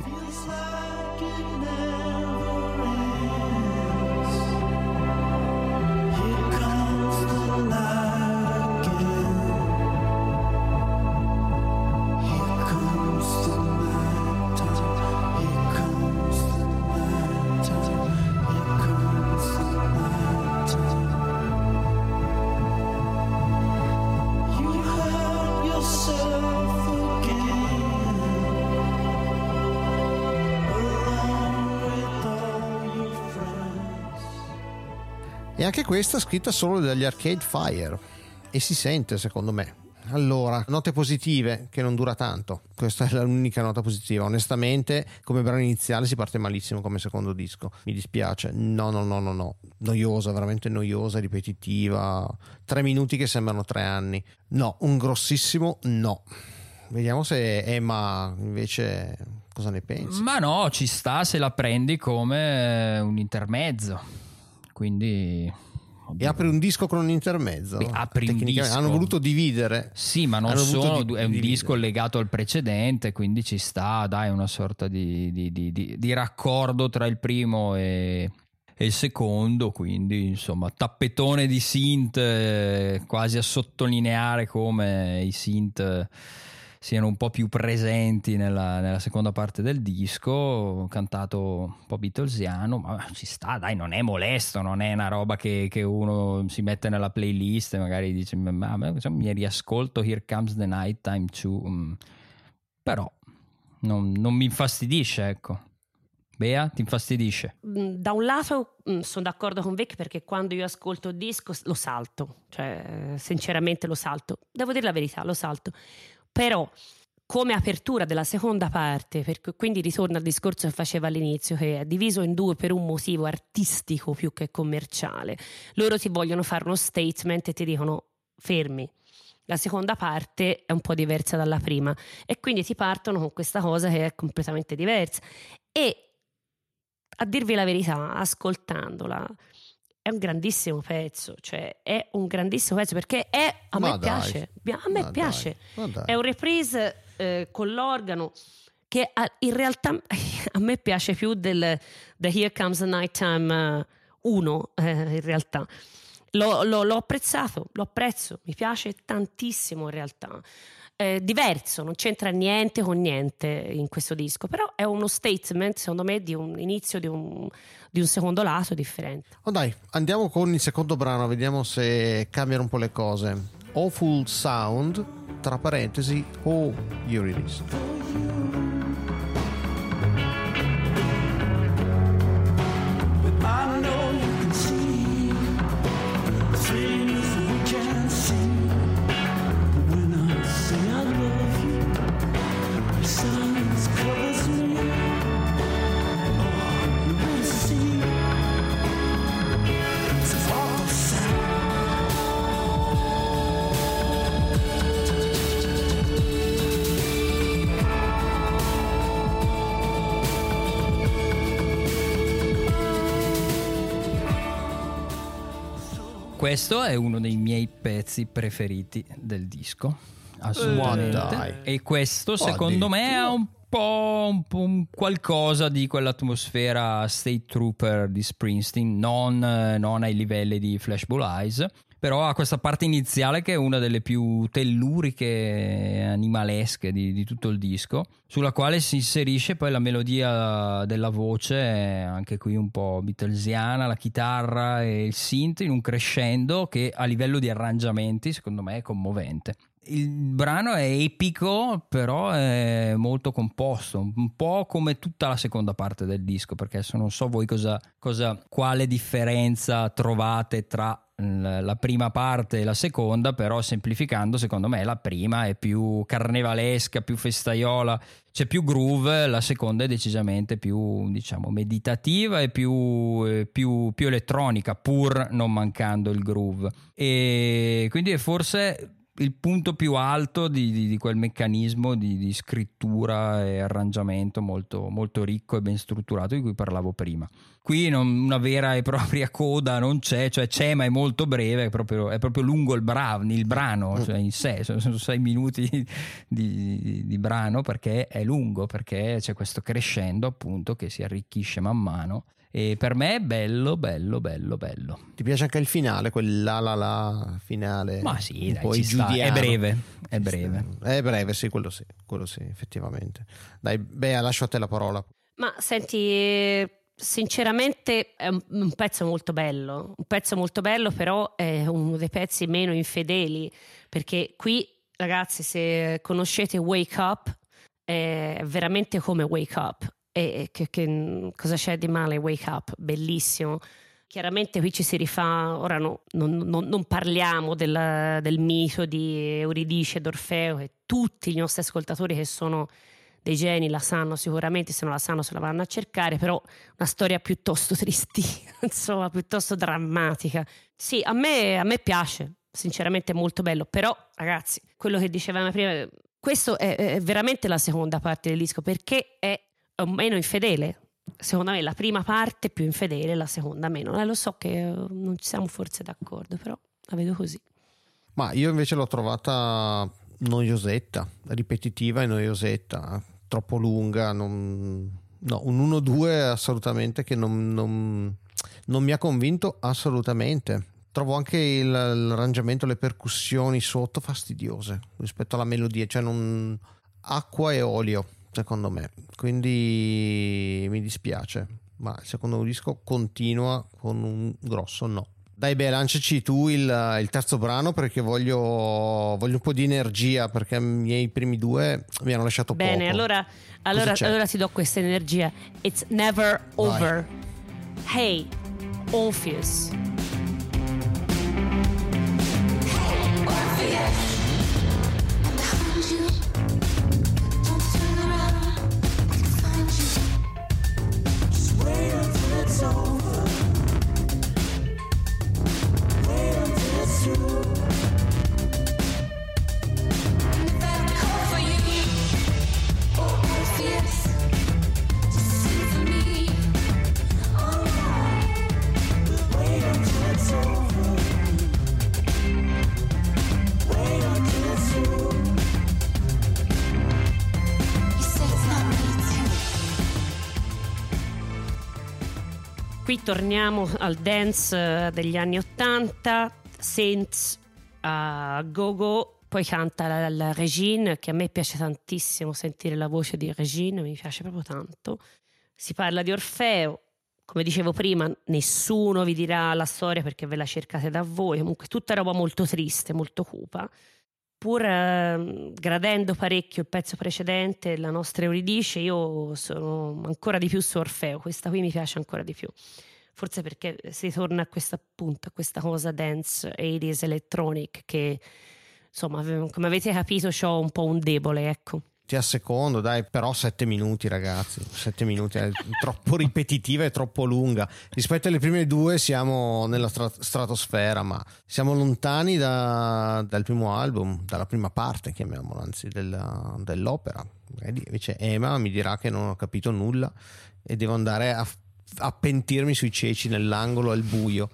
E anche questa scritta solo dagli Arcade Fire, e si sente, secondo me. Allora, note positive, che non dura tanto. Questa è l'unica nota positiva. Onestamente, come brano iniziale si parte malissimo come secondo disco. Mi dispiace. No. Noiosa, veramente noiosa, ripetitiva. 3 minuti che sembrano 3 anni. No, un grossissimo no. Vediamo se Emma invece cosa ne pensa. Ma no, ci sta se la prendi come un intermezzo. Quindi E apri un disco con un intermezzo. Beh, apri un disco. Hanno voluto dividere. Sì, ma non Hanno voluto sono, è un dividere. disco legato al precedente, quindi ci sta, dai, una sorta di raccordo tra il primo e il secondo, quindi insomma tappetone di synth, quasi a sottolineare come i synth siano un po' più presenti nella seconda parte del disco, cantato un po' beatlesiano, ma ci sta, dai, non è molesto, non è una roba che uno si mette nella playlist e magari dice ma mi riascolto Here Comes the Night Time 2, però non mi infastidisce, ecco. Bea, ti infastidisce? Da un lato sono d'accordo con Vic, perché quando io ascolto il disco lo salto, cioè sinceramente lo salto, devo dire la verità, lo salto. Però come apertura della seconda parte, quindi ritorno al discorso che facevo all'inizio, che è diviso in due per un motivo artistico più che commerciale. Loro ti vogliono fare uno statement e ti dicono fermi, la seconda parte è un po' diversa dalla prima, e quindi ti partono con questa cosa che è completamente diversa. E a dirvi la verità, ascoltandola, è un grandissimo pezzo, cioè è un grandissimo pezzo, perché a me piace, è un reprise con l'organo che in realtà a me piace più del The Here Comes the Nighttime 1, in realtà. L'ho apprezzato, lo apprezzo, mi piace tantissimo in realtà. Diverso, non c'entra niente con niente in questo disco, però è uno statement, secondo me, di un inizio di un secondo lato differente. Oh dai, andiamo con il secondo brano, vediamo se cambiano un po' le cose. Awful Sound, tra parentesi, Oh Eurydice. I know you can see things we can't see. When I say I love you, your silence covers me. Oh, you will see. It's an awful sound. Questo è uno dei miei pezzi preferiti del disco, assolutamente. Dai. E questo secondo me ha un po' un qualcosa di quell'atmosfera State Trooper di Springsteen, non ai livelli di Flashball Eyes, però ha questa parte iniziale che è una delle più telluriche e animalesche di tutto il disco, sulla quale si inserisce poi la melodia della voce, anche qui un po' beatlesiana, la chitarra e il synth in un crescendo che a livello di arrangiamenti secondo me è commovente. Il brano è epico, però è molto composto, un po' come tutta la seconda parte del disco, perché adesso non so voi quale differenza trovate tra la prima parte e la seconda, però semplificando secondo me la prima è più carnevalesca, più festaiola, c'è più groove, la seconda è decisamente più, diciamo, meditativa e più elettronica, pur non mancando il groove, e quindi è forse il punto più alto di quel meccanismo di scrittura e arrangiamento molto, molto ricco e ben strutturato di cui parlavo prima. Qui una vera e propria coda non c'è, cioè c'è ma è molto breve, è proprio lungo il brano, cioè in sé sono 6 minuti di brano, perché è lungo, perché c'è questo crescendo appunto che si arricchisce man mano. E per me è bello. Ti piace anche il finale, quel la finale? Ma sì, dai, poi ci sta. È breve. È breve, sì, quello sì, effettivamente. Dai, Bea, lascio a te la parola. Ma senti, sinceramente è un pezzo molto bello, però è uno dei pezzi meno infedeli, perché qui, ragazzi, se conoscete Wake Up, è veramente come Wake Up. E che cosa c'è di male Wake Up? Bellissimo. Chiaramente qui ci si rifà, ora non parliamo del mito di Euridice ed Orfeo, che tutti i nostri ascoltatori che sono dei geni la sanno sicuramente, se non la sanno se la vanno a cercare, però una storia piuttosto tristina, insomma, piuttosto drammatica. Sì, a me piace, sinceramente è molto bello, però ragazzi, quello che dicevamo prima, questo è veramente la seconda parte del disco, perché è meno infedele, secondo me la prima parte è più infedele, la seconda meno. Lo so che non ci siamo forse d'accordo, però la vedo così. Ma io invece l'ho trovata noiosetta, ripetitiva e noiosetta, troppo lunga, no, un 1-2 assolutamente che non mi ha convinto assolutamente. Trovo anche l'arrangiamento, le percussioni sotto fastidiose rispetto alla melodia, cioè acqua e olio secondo me, quindi mi dispiace, ma il secondo disco continua con un grosso no. Dai, beh, lanciaci tu il terzo brano, perché voglio un po' di energia, perché i miei primi due mi hanno lasciato poco. Bene, allora ti do questa energia. It's never over. Hey, Orpheus. Qui torniamo al dance degli anni 80, synths, go-go, poi canta la Regine, che a me piace tantissimo sentire la voce di Regine, mi piace proprio tanto. Si parla di Orfeo, come dicevo prima, nessuno vi dirà la storia perché ve la cercate da voi, comunque tutta roba molto triste, molto cupa. Pur gradendo parecchio il pezzo precedente, la nostra Euridice, io sono ancora di più su Orfeo, questa qui mi piace ancora di più, forse perché si torna a questa cosa dance 80s electronic che insomma, come avete capito, c'ho un po' un debole, ecco. Ti assecondo, dai, però 7 minuti, ragazzi, 7 minuti è troppo ripetitiva e troppo lunga. Rispetto alle prime due siamo nella stratosfera, ma siamo lontani dal primo album, dalla prima parte, chiamiamola, anzi, dell'opera. Invece Ema mi dirà che non ho capito nulla e devo andare a pentirmi sui ceci nell'angolo al buio.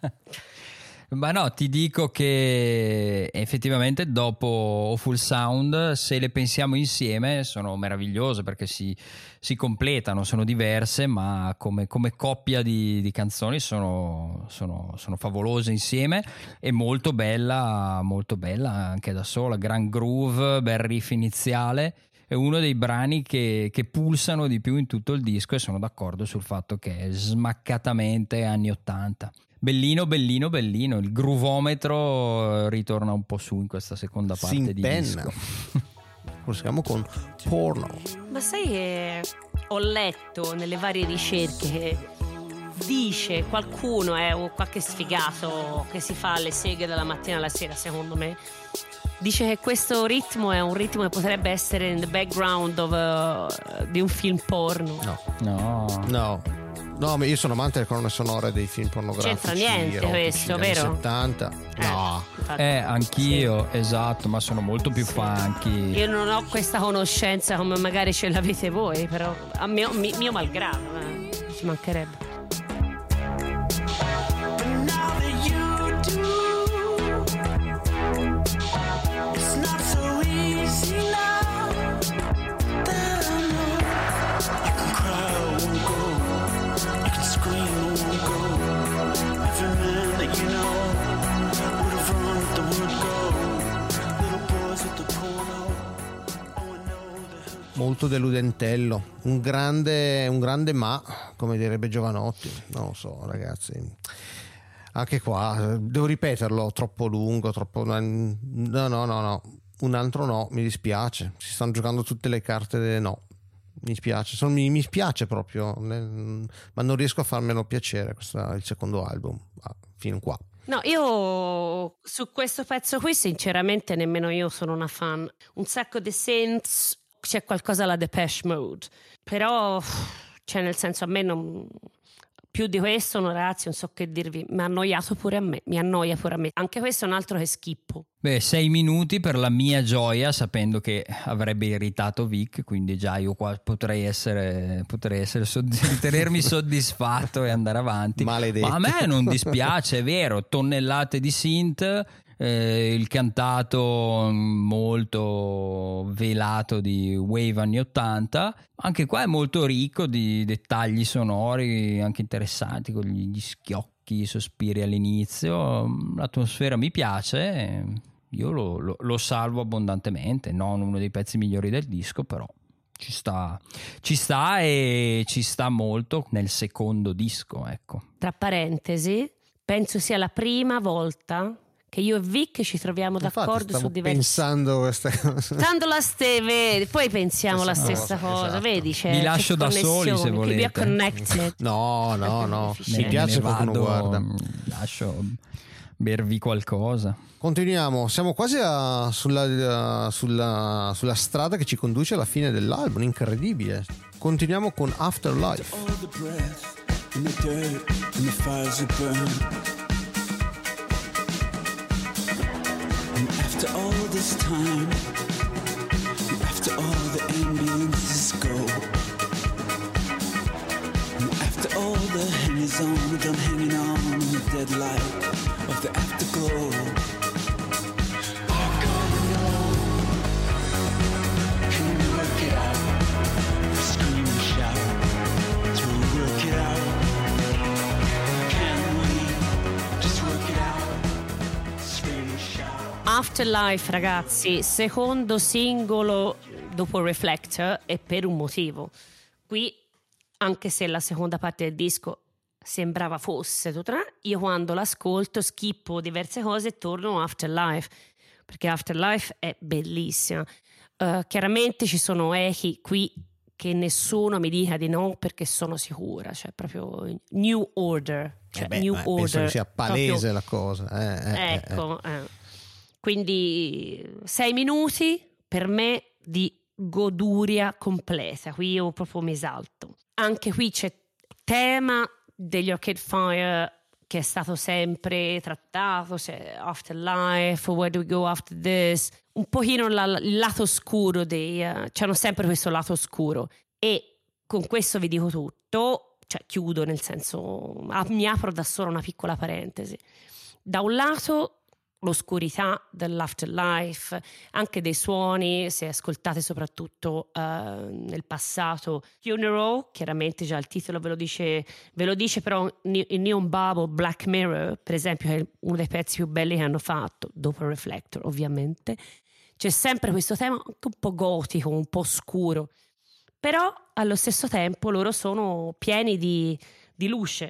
Ma no, ti dico che effettivamente dopo Full Sound, se le pensiamo insieme, sono meravigliose perché si completano, sono diverse, ma come coppia di canzoni sono favolose insieme, e molto bella anche da sola, gran groove, bel riff iniziale. È uno dei brani che pulsano di più in tutto il disco, e sono d'accordo sul fatto che è smaccatamente anni 80. Bellino, il groovometro ritorna un po' su in questa seconda parte di disco. Siamo con Porno. Ma sai che ho letto nelle varie ricerche che dice qualcuno, o qualche sfigato che si fa le seghe dalla mattina alla sera, secondo me, dice che questo ritmo è un ritmo che potrebbe essere in the background di un film porno. No, ma io sono amante delle colonne sonore dei film pornografici. C'entra niente questo, vero? 70. No. Anch'io, sì. Esatto, ma sono molto più funky. Io non ho questa conoscenza come magari ce l'avete voi, però a mio malgrado, ci mancherebbe. Molto deludentello, un grande ma, come direbbe Giovanotti. Non lo so, ragazzi, anche qua devo ripeterlo, troppo lungo, troppo no, un altro no, mi dispiace, si stanno giocando tutte le carte no, mi spiace, mi spiace proprio, ma non riesco a farmelo piacere. Questo è il secondo album, fino qua. No, io su questo pezzo qui sinceramente nemmeno io sono una fan. Un sacco di synths, c'è qualcosa alla Depeche Mode, però cioè nel senso a me non più di questo, Orazio, non so che dirvi, mi ha annoiato pure a me, mi annoia pure a me. Anche questo è un altro che schippo. Beh, 6 minuti per la mia gioia, sapendo che avrebbe irritato Vic, quindi già io qua potrei ritenermi soddisfatto e andare avanti. Maledetto. Ma a me non dispiace, è vero, tonnellate di synth, il cantato molto velato di Wave anni 80, anche qua è molto ricco di dettagli sonori anche interessanti, con gli schiocchi, i sospiri all'inizio. L'atmosfera mi piace, io lo salvo abbondantemente, non uno dei pezzi migliori del disco, però ci sta e ci sta molto nel secondo disco, ecco. Tra parentesi, penso sia la prima volta che io e Vic ci troviamo d'accordo su diversi. Pensando questa cosa. Tanto vedi, poi pensiamo la stessa cosa, esatto. Vedi, Vi lascio da soli se volete. No. Mi Me piace ne quando vado, guarda. Lascio bervi qualcosa. Continuiamo, siamo quasi sulla strada che ci conduce alla fine dell'album, incredibile. Continuiamo con Afterlife. All the breath and the dirt and the fires that burn. And after all this time, and after all the ambulances go, and after all the hangers on, done hanging on in the dead light of the afterglow, I gotta know, can we work it out? Scream and shout, can we work it out? Can we just work it out? Scream and shout. Afterlife, ragazzi, secondo singolo dopo Reflector, e per un motivo. Qui, anche se la seconda parte del disco sembrava fosse tutta, io quando l'ascolto schippo diverse cose e torno a Afterlife, perché Afterlife è bellissima. Chiaramente ci sono echi qui che nessuno mi dica di no, perché sono sicura, cioè proprio New Order, cioè New Penso Order, che sia palese proprio, la cosa. ecco. Quindi 6 minuti per me di goduria completa, qui io proprio mi esalto. Anche qui c'è tema degli Arcade Fire che è stato sempre trattato, c'è Afterlife, Where Do We Go After This, un pochino il lato oscuro c'hanno sempre questo lato oscuro, e con questo vi dico tutto, cioè chiudo, nel senso mi apro da sola una piccola parentesi. Da un lato l'oscurità dell'Afterlife, anche dei suoni, se ascoltate soprattutto nel passato. Funeral, chiaramente già il titolo ve lo dice, però il Neon Bubble, Black Mirror, per esempio, che è uno dei pezzi più belli che hanno fatto, dopo Reflector ovviamente. C'è sempre questo tema anche un po' gotico, un po' scuro, però allo stesso tempo loro sono pieni di luce.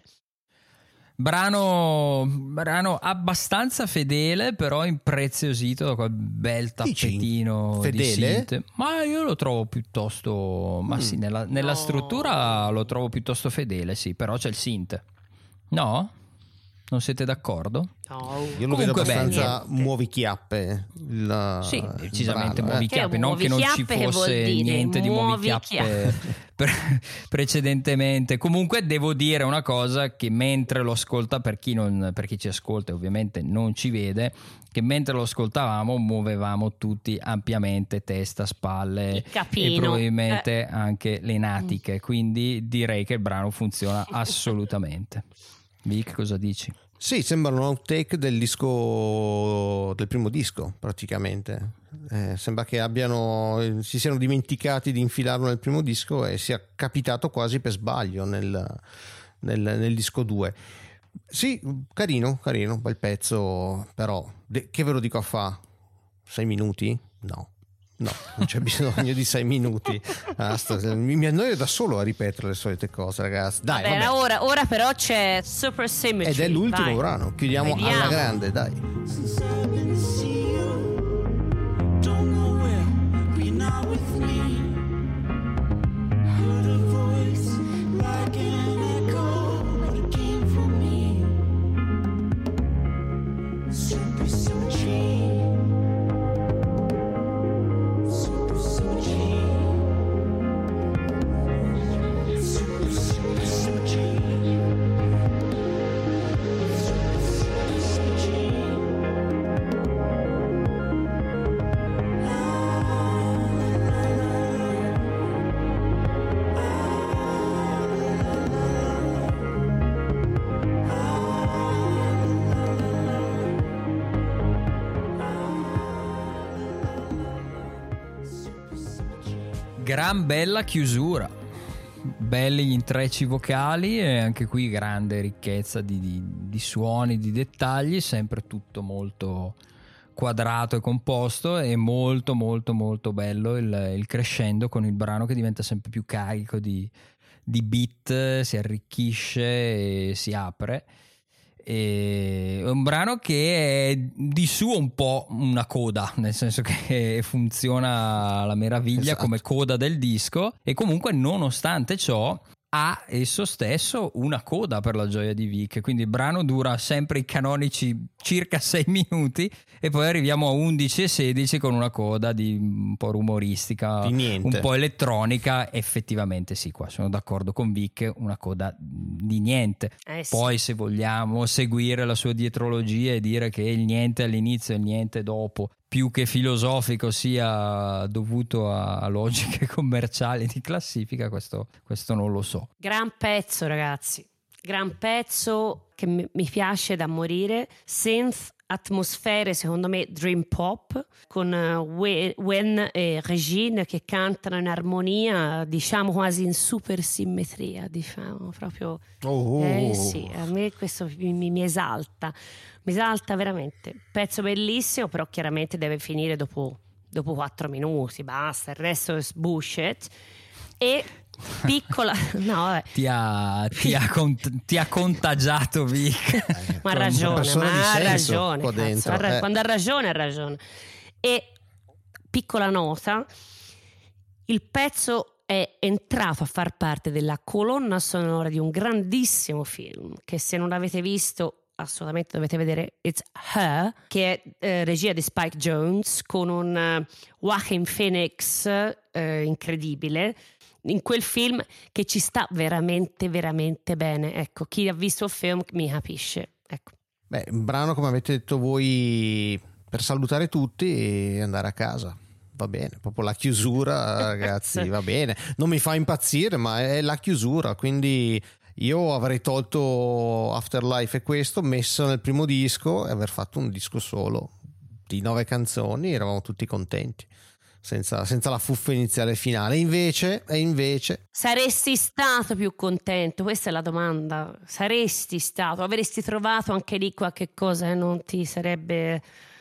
Brano abbastanza fedele, però impreziosito da quel bel tappetino di synth. Ma io lo trovo piuttosto, ma sì, nella struttura lo trovo piuttosto fedele, sì, però c'è il synth. No? Non siete d'accordo? No. Io lo vedo abbastanza niente. muovichiappe. Sì, decisamente brano, muovichiappe, non che non ci fosse niente di muovichiappe precedentemente. Comunque devo dire una cosa, che mentre lo ascolta, per chi ci ascolta e ovviamente non ci vede, che mentre lo ascoltavamo muovevamo tutti ampiamente testa, spalle e probabilmente anche le natiche, quindi direi che il brano funziona assolutamente. Vic, cosa dici? Sì, sembra un outtake del primo disco praticamente. Sembra che si siano dimenticati di infilarlo nel primo disco e sia capitato quasi per sbaglio nel disco 2. Sì, carino, bel pezzo, però che ve lo dico a fa? 6 minuti? No, non c'è bisogno di 6 minuti. Mi annoio da solo a ripetere le solite cose, ragazzi. Dai, vabbè. Ora però c'è Super Symmetry. Ed è l'ultimo brano. Chiudiamo Vediamo. alla grande, dai. Since I've been to see you, don't know where, but you're not with me. Heard a voice like an echo, but it came from me. Super symmetry. Super symmetry. Super symmetry. Gran bella chiusura, belli gli intrecci vocali e anche qui grande ricchezza di suoni, di dettagli, sempre tutto molto quadrato e composto, e molto molto molto bello il crescendo con il brano che diventa sempre più carico di beat, si arricchisce e si apre. È un brano che è di suo un po' una coda, nel senso che funziona alla meraviglia, esatto, come coda del disco, e comunque nonostante ciò ha esso stesso una coda, per la gioia di Vic. Quindi il brano dura sempre i canonici circa 6 minuti e poi arriviamo a 11 e 16 con una coda un po' rumoristica, un po' elettronica. Effettivamente sì, qua sono d'accordo con Vic, una coda di niente. Sì. Poi se vogliamo seguire la sua dietrologia e dire che il niente all'inizio e il niente dopo più che filosofico sia dovuto a logiche commerciali di classifica, questo non lo so. Gran pezzo, ragazzi, gran pezzo che mi piace da morire. Synth, atmosfere, secondo me dream pop, con Wen e Regine che cantano in armonia, diciamo quasi in super simmetria, diciamo proprio. Sì, a me questo mi esalta. Mi esalta veramente. Pezzo bellissimo, però chiaramente deve finire dopo 4 minuti, basta, il resto è bullshit. E piccola no, vabbè. Ti ha contagiato Vic. Ma ha ragione, qua dentro. Quando ha ragione. E piccola nota, il pezzo è entrato a far parte della colonna sonora di un grandissimo film che, se non l'avete visto, assolutamente dovete vedere. It's Her, che è regia di Spike Jonze, con un Joaquin Phoenix incredibile in quel film, che ci sta veramente veramente bene. Ecco, chi ha visto il film mi capisce, ecco. Beh, un brano, come avete detto voi, per salutare tutti e andare a casa. Va bene, proprio la chiusura, ragazzi, va bene. Non mi fa impazzire, ma è la chiusura, quindi io avrei tolto Afterlife e questo, messo nel primo disco, e aver fatto un disco solo di 9 canzoni, eravamo tutti contenti, senza la fuffa iniziale e finale. Invece saresti stato più contento? Questa è la domanda. Saresti stato, avresti trovato anche lì qualche cosa che non ti sarebbe...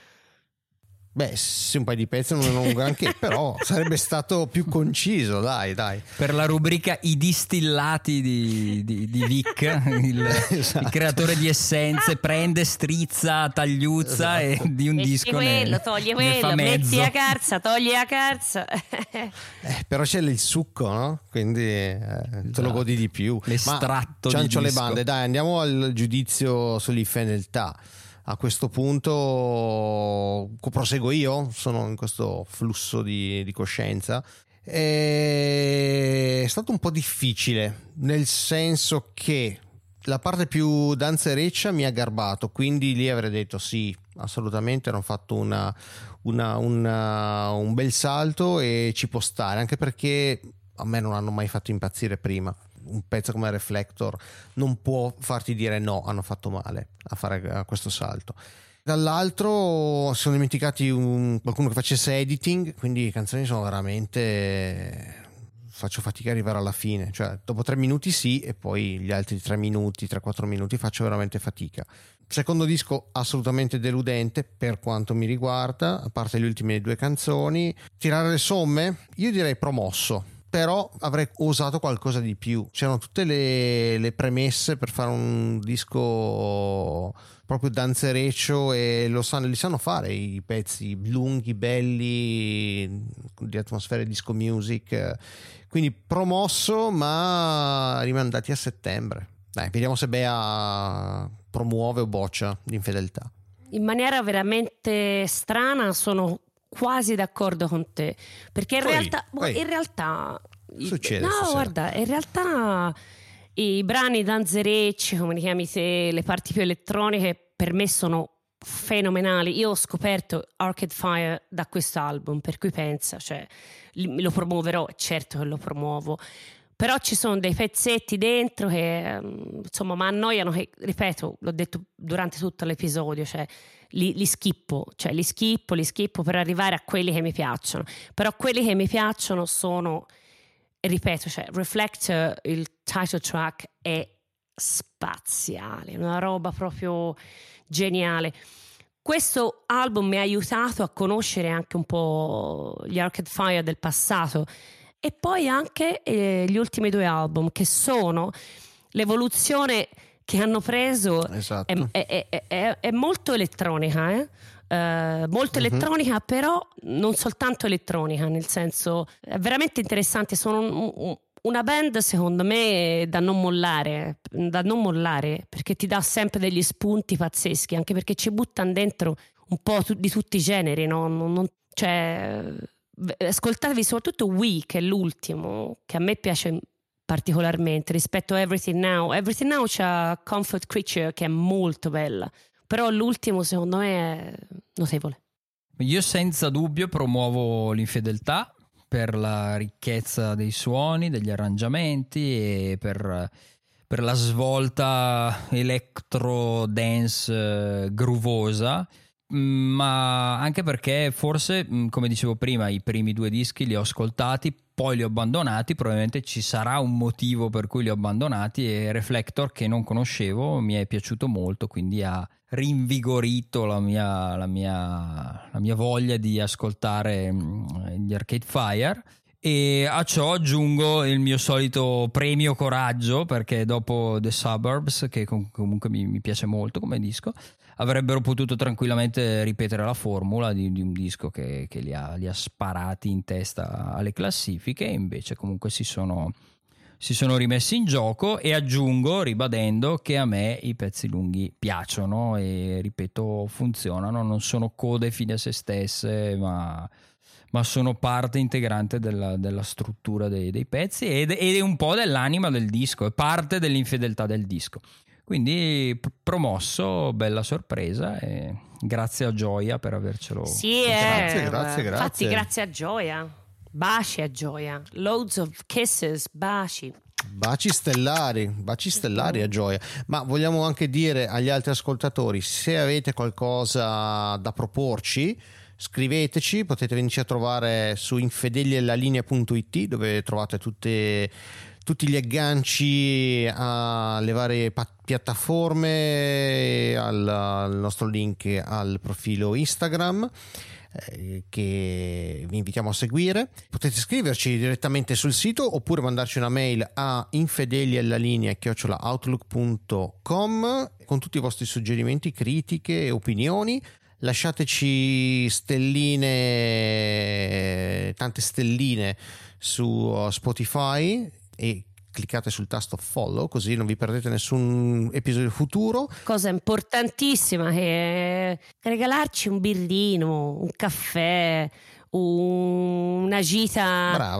Beh, sì, un paio di pezzi non un granché, però sarebbe stato più conciso, dai. Per la rubrica I distillati di Vic, esatto, il creatore di essenze, prende, strizza, tagliuzza, esatto, e di un disco togli quello, metti la carza, togli la carza. Però c'è il succo, no? Quindi te lo godi di più. L'estratto di ciancio disco. Le bande, dai, andiamo al giudizio sull'infedeltà. A questo punto proseguo io, sono in questo flusso di coscienza. È stato un po' difficile, nel senso che la parte più danzereccia mi ha garbato, quindi lì avrei detto sì, assolutamente, hanno fatto un bel salto e ci può stare, anche perché a me non hanno mai fatto impazzire prima. Un pezzo come Reflector non può farti dire no, hanno fatto male a fare questo salto. Dall'altro si sono dimenticati qualcuno che facesse editing, quindi le canzoni sono veramente... faccio fatica ad arrivare alla fine, cioè dopo 3 minuti sì, e poi gli altri 3 minuti, 3-4 minuti faccio veramente fatica. Secondo disco assolutamente deludente per quanto mi riguarda, a parte le ultime 2 canzoni. Tirare le somme, io direi promosso, però avrei osato qualcosa di più. C'erano tutte le premesse per fare un disco proprio danzereccio, e li sanno fare i pezzi lunghi, belli, di atmosfere disco music. Quindi promosso, ma rimandati a settembre. Dai, vediamo se Bea promuove o boccia l'infedeltà. In maniera veramente strana sono quasi d'accordo con te, perché in realtà succede no, stasera. guarda, in realtà i brani danzerecci, come li chiami te, le parti più elettroniche, per me sono fenomenali. Io ho scoperto Arcade Fire da questo album, per cui pensa, cioè lo promuoverò, certo che lo promuovo, però ci sono dei pezzetti dentro che insomma mi annoiano, che ripeto, l'ho detto durante tutto l'episodio, cioè li schippo per arrivare a quelli che mi piacciono. Però quelli che mi piacciono sono, ripeto, cioè Reflector, il title track è spaziale, una roba proprio geniale. Questo album mi ha aiutato a conoscere anche un po' gli Arcade Fire del passato, e poi anche gli ultimi 2 album, che sono l'evoluzione che hanno preso. Esatto. È molto elettronica, molto elettronica, però non soltanto elettronica, nel senso è veramente interessante. Sono una band secondo me da non mollare, perché ti dà sempre degli spunti pazzeschi, anche perché ci buttano dentro un po' di tutti i generi, no? Cioè, ascoltatevi soprattutto We, che è l'ultimo, che a me piace particolarmente rispetto a Everything Now. Everything Now c'ha Comfort Creature, che è molto bella, però l'ultimo secondo me è notevole. Io senza dubbio promuovo l'infedeltà per la ricchezza dei suoni, degli arrangiamenti e per la svolta electro dance groovosa, ma anche perché forse, come dicevo prima, i primi 2 dischi li ho ascoltati, poi li ho abbandonati, probabilmente ci sarà un motivo per cui li ho abbandonati, e Reflector, che non conoscevo, mi è piaciuto molto, quindi ha rinvigorito la mia voglia di ascoltare gli Arcade Fire. E a ciò aggiungo il mio solito premio coraggio, perché dopo The Suburbs, che comunque mi piace molto come disco, avrebbero potuto tranquillamente ripetere la formula di un disco che li ha sparati in testa alle classifiche, e invece comunque si sono rimessi in gioco. E aggiungo, ribadendo, che a me i pezzi lunghi piacciono e, ripeto, funzionano, non sono code fine a se stesse, ma sono parte integrante della struttura dei pezzi ed è un po' dell'anima del disco, è parte dell'infedeltà del disco. Quindi promosso, bella sorpresa, e grazie a Gioia per avercelo. Sì, grazie. Infatti grazie a Gioia, baci a Gioia, loads of kisses, baci stellari a Gioia. Ma vogliamo anche dire agli altri ascoltatori, se avete qualcosa da proporci, scriveteci, potete venirci a trovare su infedelielalinea.it, dove trovate tutti gli agganci alle varie piattaforme, al nostro link al profilo Instagram, che vi invitiamo a seguire. Potete scriverci direttamente sul sito, oppure mandarci una mail a infedelialalinea@outlook.com con tutti i vostri suggerimenti, critiche e opinioni. Lasciateci tante stelline su Spotify e cliccate sul tasto follow, così non vi perdete nessun episodio futuro. Cosa importantissima, che è regalarci un birrino, un caffè, una gita,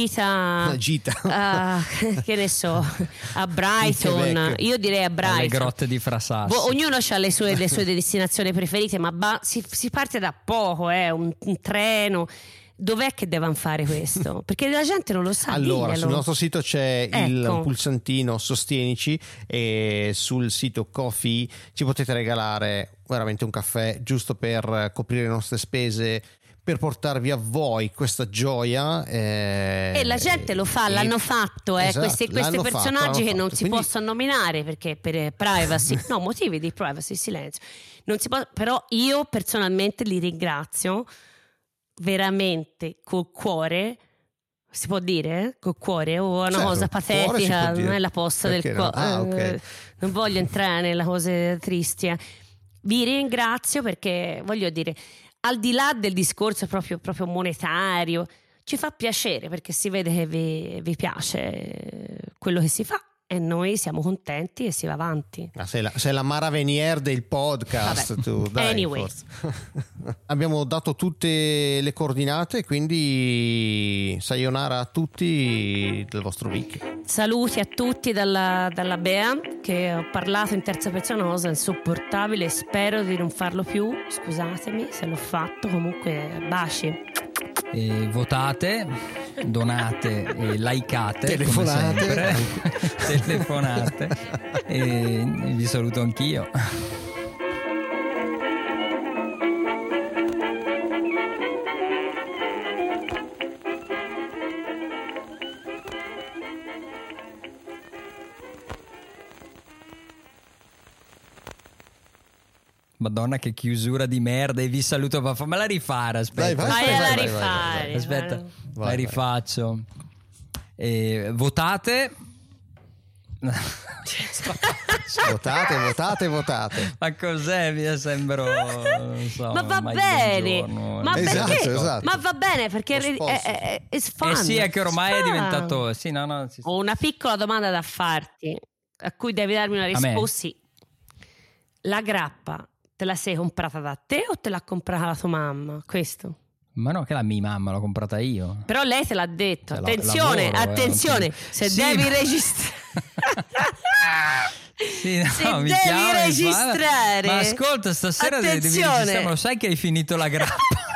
che ne so, a Brighton. Io direi a Brighton, alle grotte di Frassassi. Ognuno ha le sue destinazioni preferite, ma si parte da poco, un treno. Dov'è che devono fare questo? Perché la gente non lo sa. Allora, sul nostro sito c'è il Ecco. pulsantino Sostienici, e sul sito Ko-fi ci potete regalare veramente un caffè, giusto per coprire le nostre spese, per portarvi a voi questa gioia, e la gente lo fa, l'hanno fatto, esatto, questi l'hanno personaggi fatto, che non si quindi possono nominare perché per privacy, no, motivi di privacy, silenzio, non si può, però io personalmente li ringrazio veramente col cuore. Si può dire? Col cuore, o una Certo, cosa patetica, non è la posta del Perché no? cuore. Ok. Non voglio entrare nelle cose tristi. Vi ringrazio perché, voglio dire, al di là del discorso proprio monetario, ci fa piacere perché si vede che vi piace quello che si fa, e noi siamo contenti e si va avanti. Ma sei la Mara Venier del podcast. Vabbè. Tu, dai, Anyway. forza. Abbiamo dato tutte le coordinate, quindi sayonara a tutti del vostro Vicky. Saluti a tutti dalla Bea, che ho parlato in terza persona, una cosa insopportabile, spero di non farlo più, scusatemi se l'ho fatto, comunque baci. Votate, donate e likeate, telefonate, come sempre. Telefonate e vi saluto anch'io. Madonna, che chiusura di merda, e vi saluto. Fammela rifare, aspetta. Vai a rifare. Aspetta, la rifaccio. Votate. Votate. Ma cos'è? Mi sembro, non so, ma va bene, ma perché? Esatto. Ma va bene perché è fun. Sì, è che ormai è diventato. Sì, no. Ho una piccola domanda da farti, a cui devi darmi una risposta. Sì. La grappa te la sei comprata da te o te l'ha comprata la tua mamma? Questo? Ma no, che la mia mamma l'ho comprata io. Però lei te l'ha detto. Cioè, attenzione, attenzione, se sì, devi registrare. Sì, no, se mi devi chiami, registrare. ma ascolta, stasera devi registrare, ma lo sai che hai finito la grappa?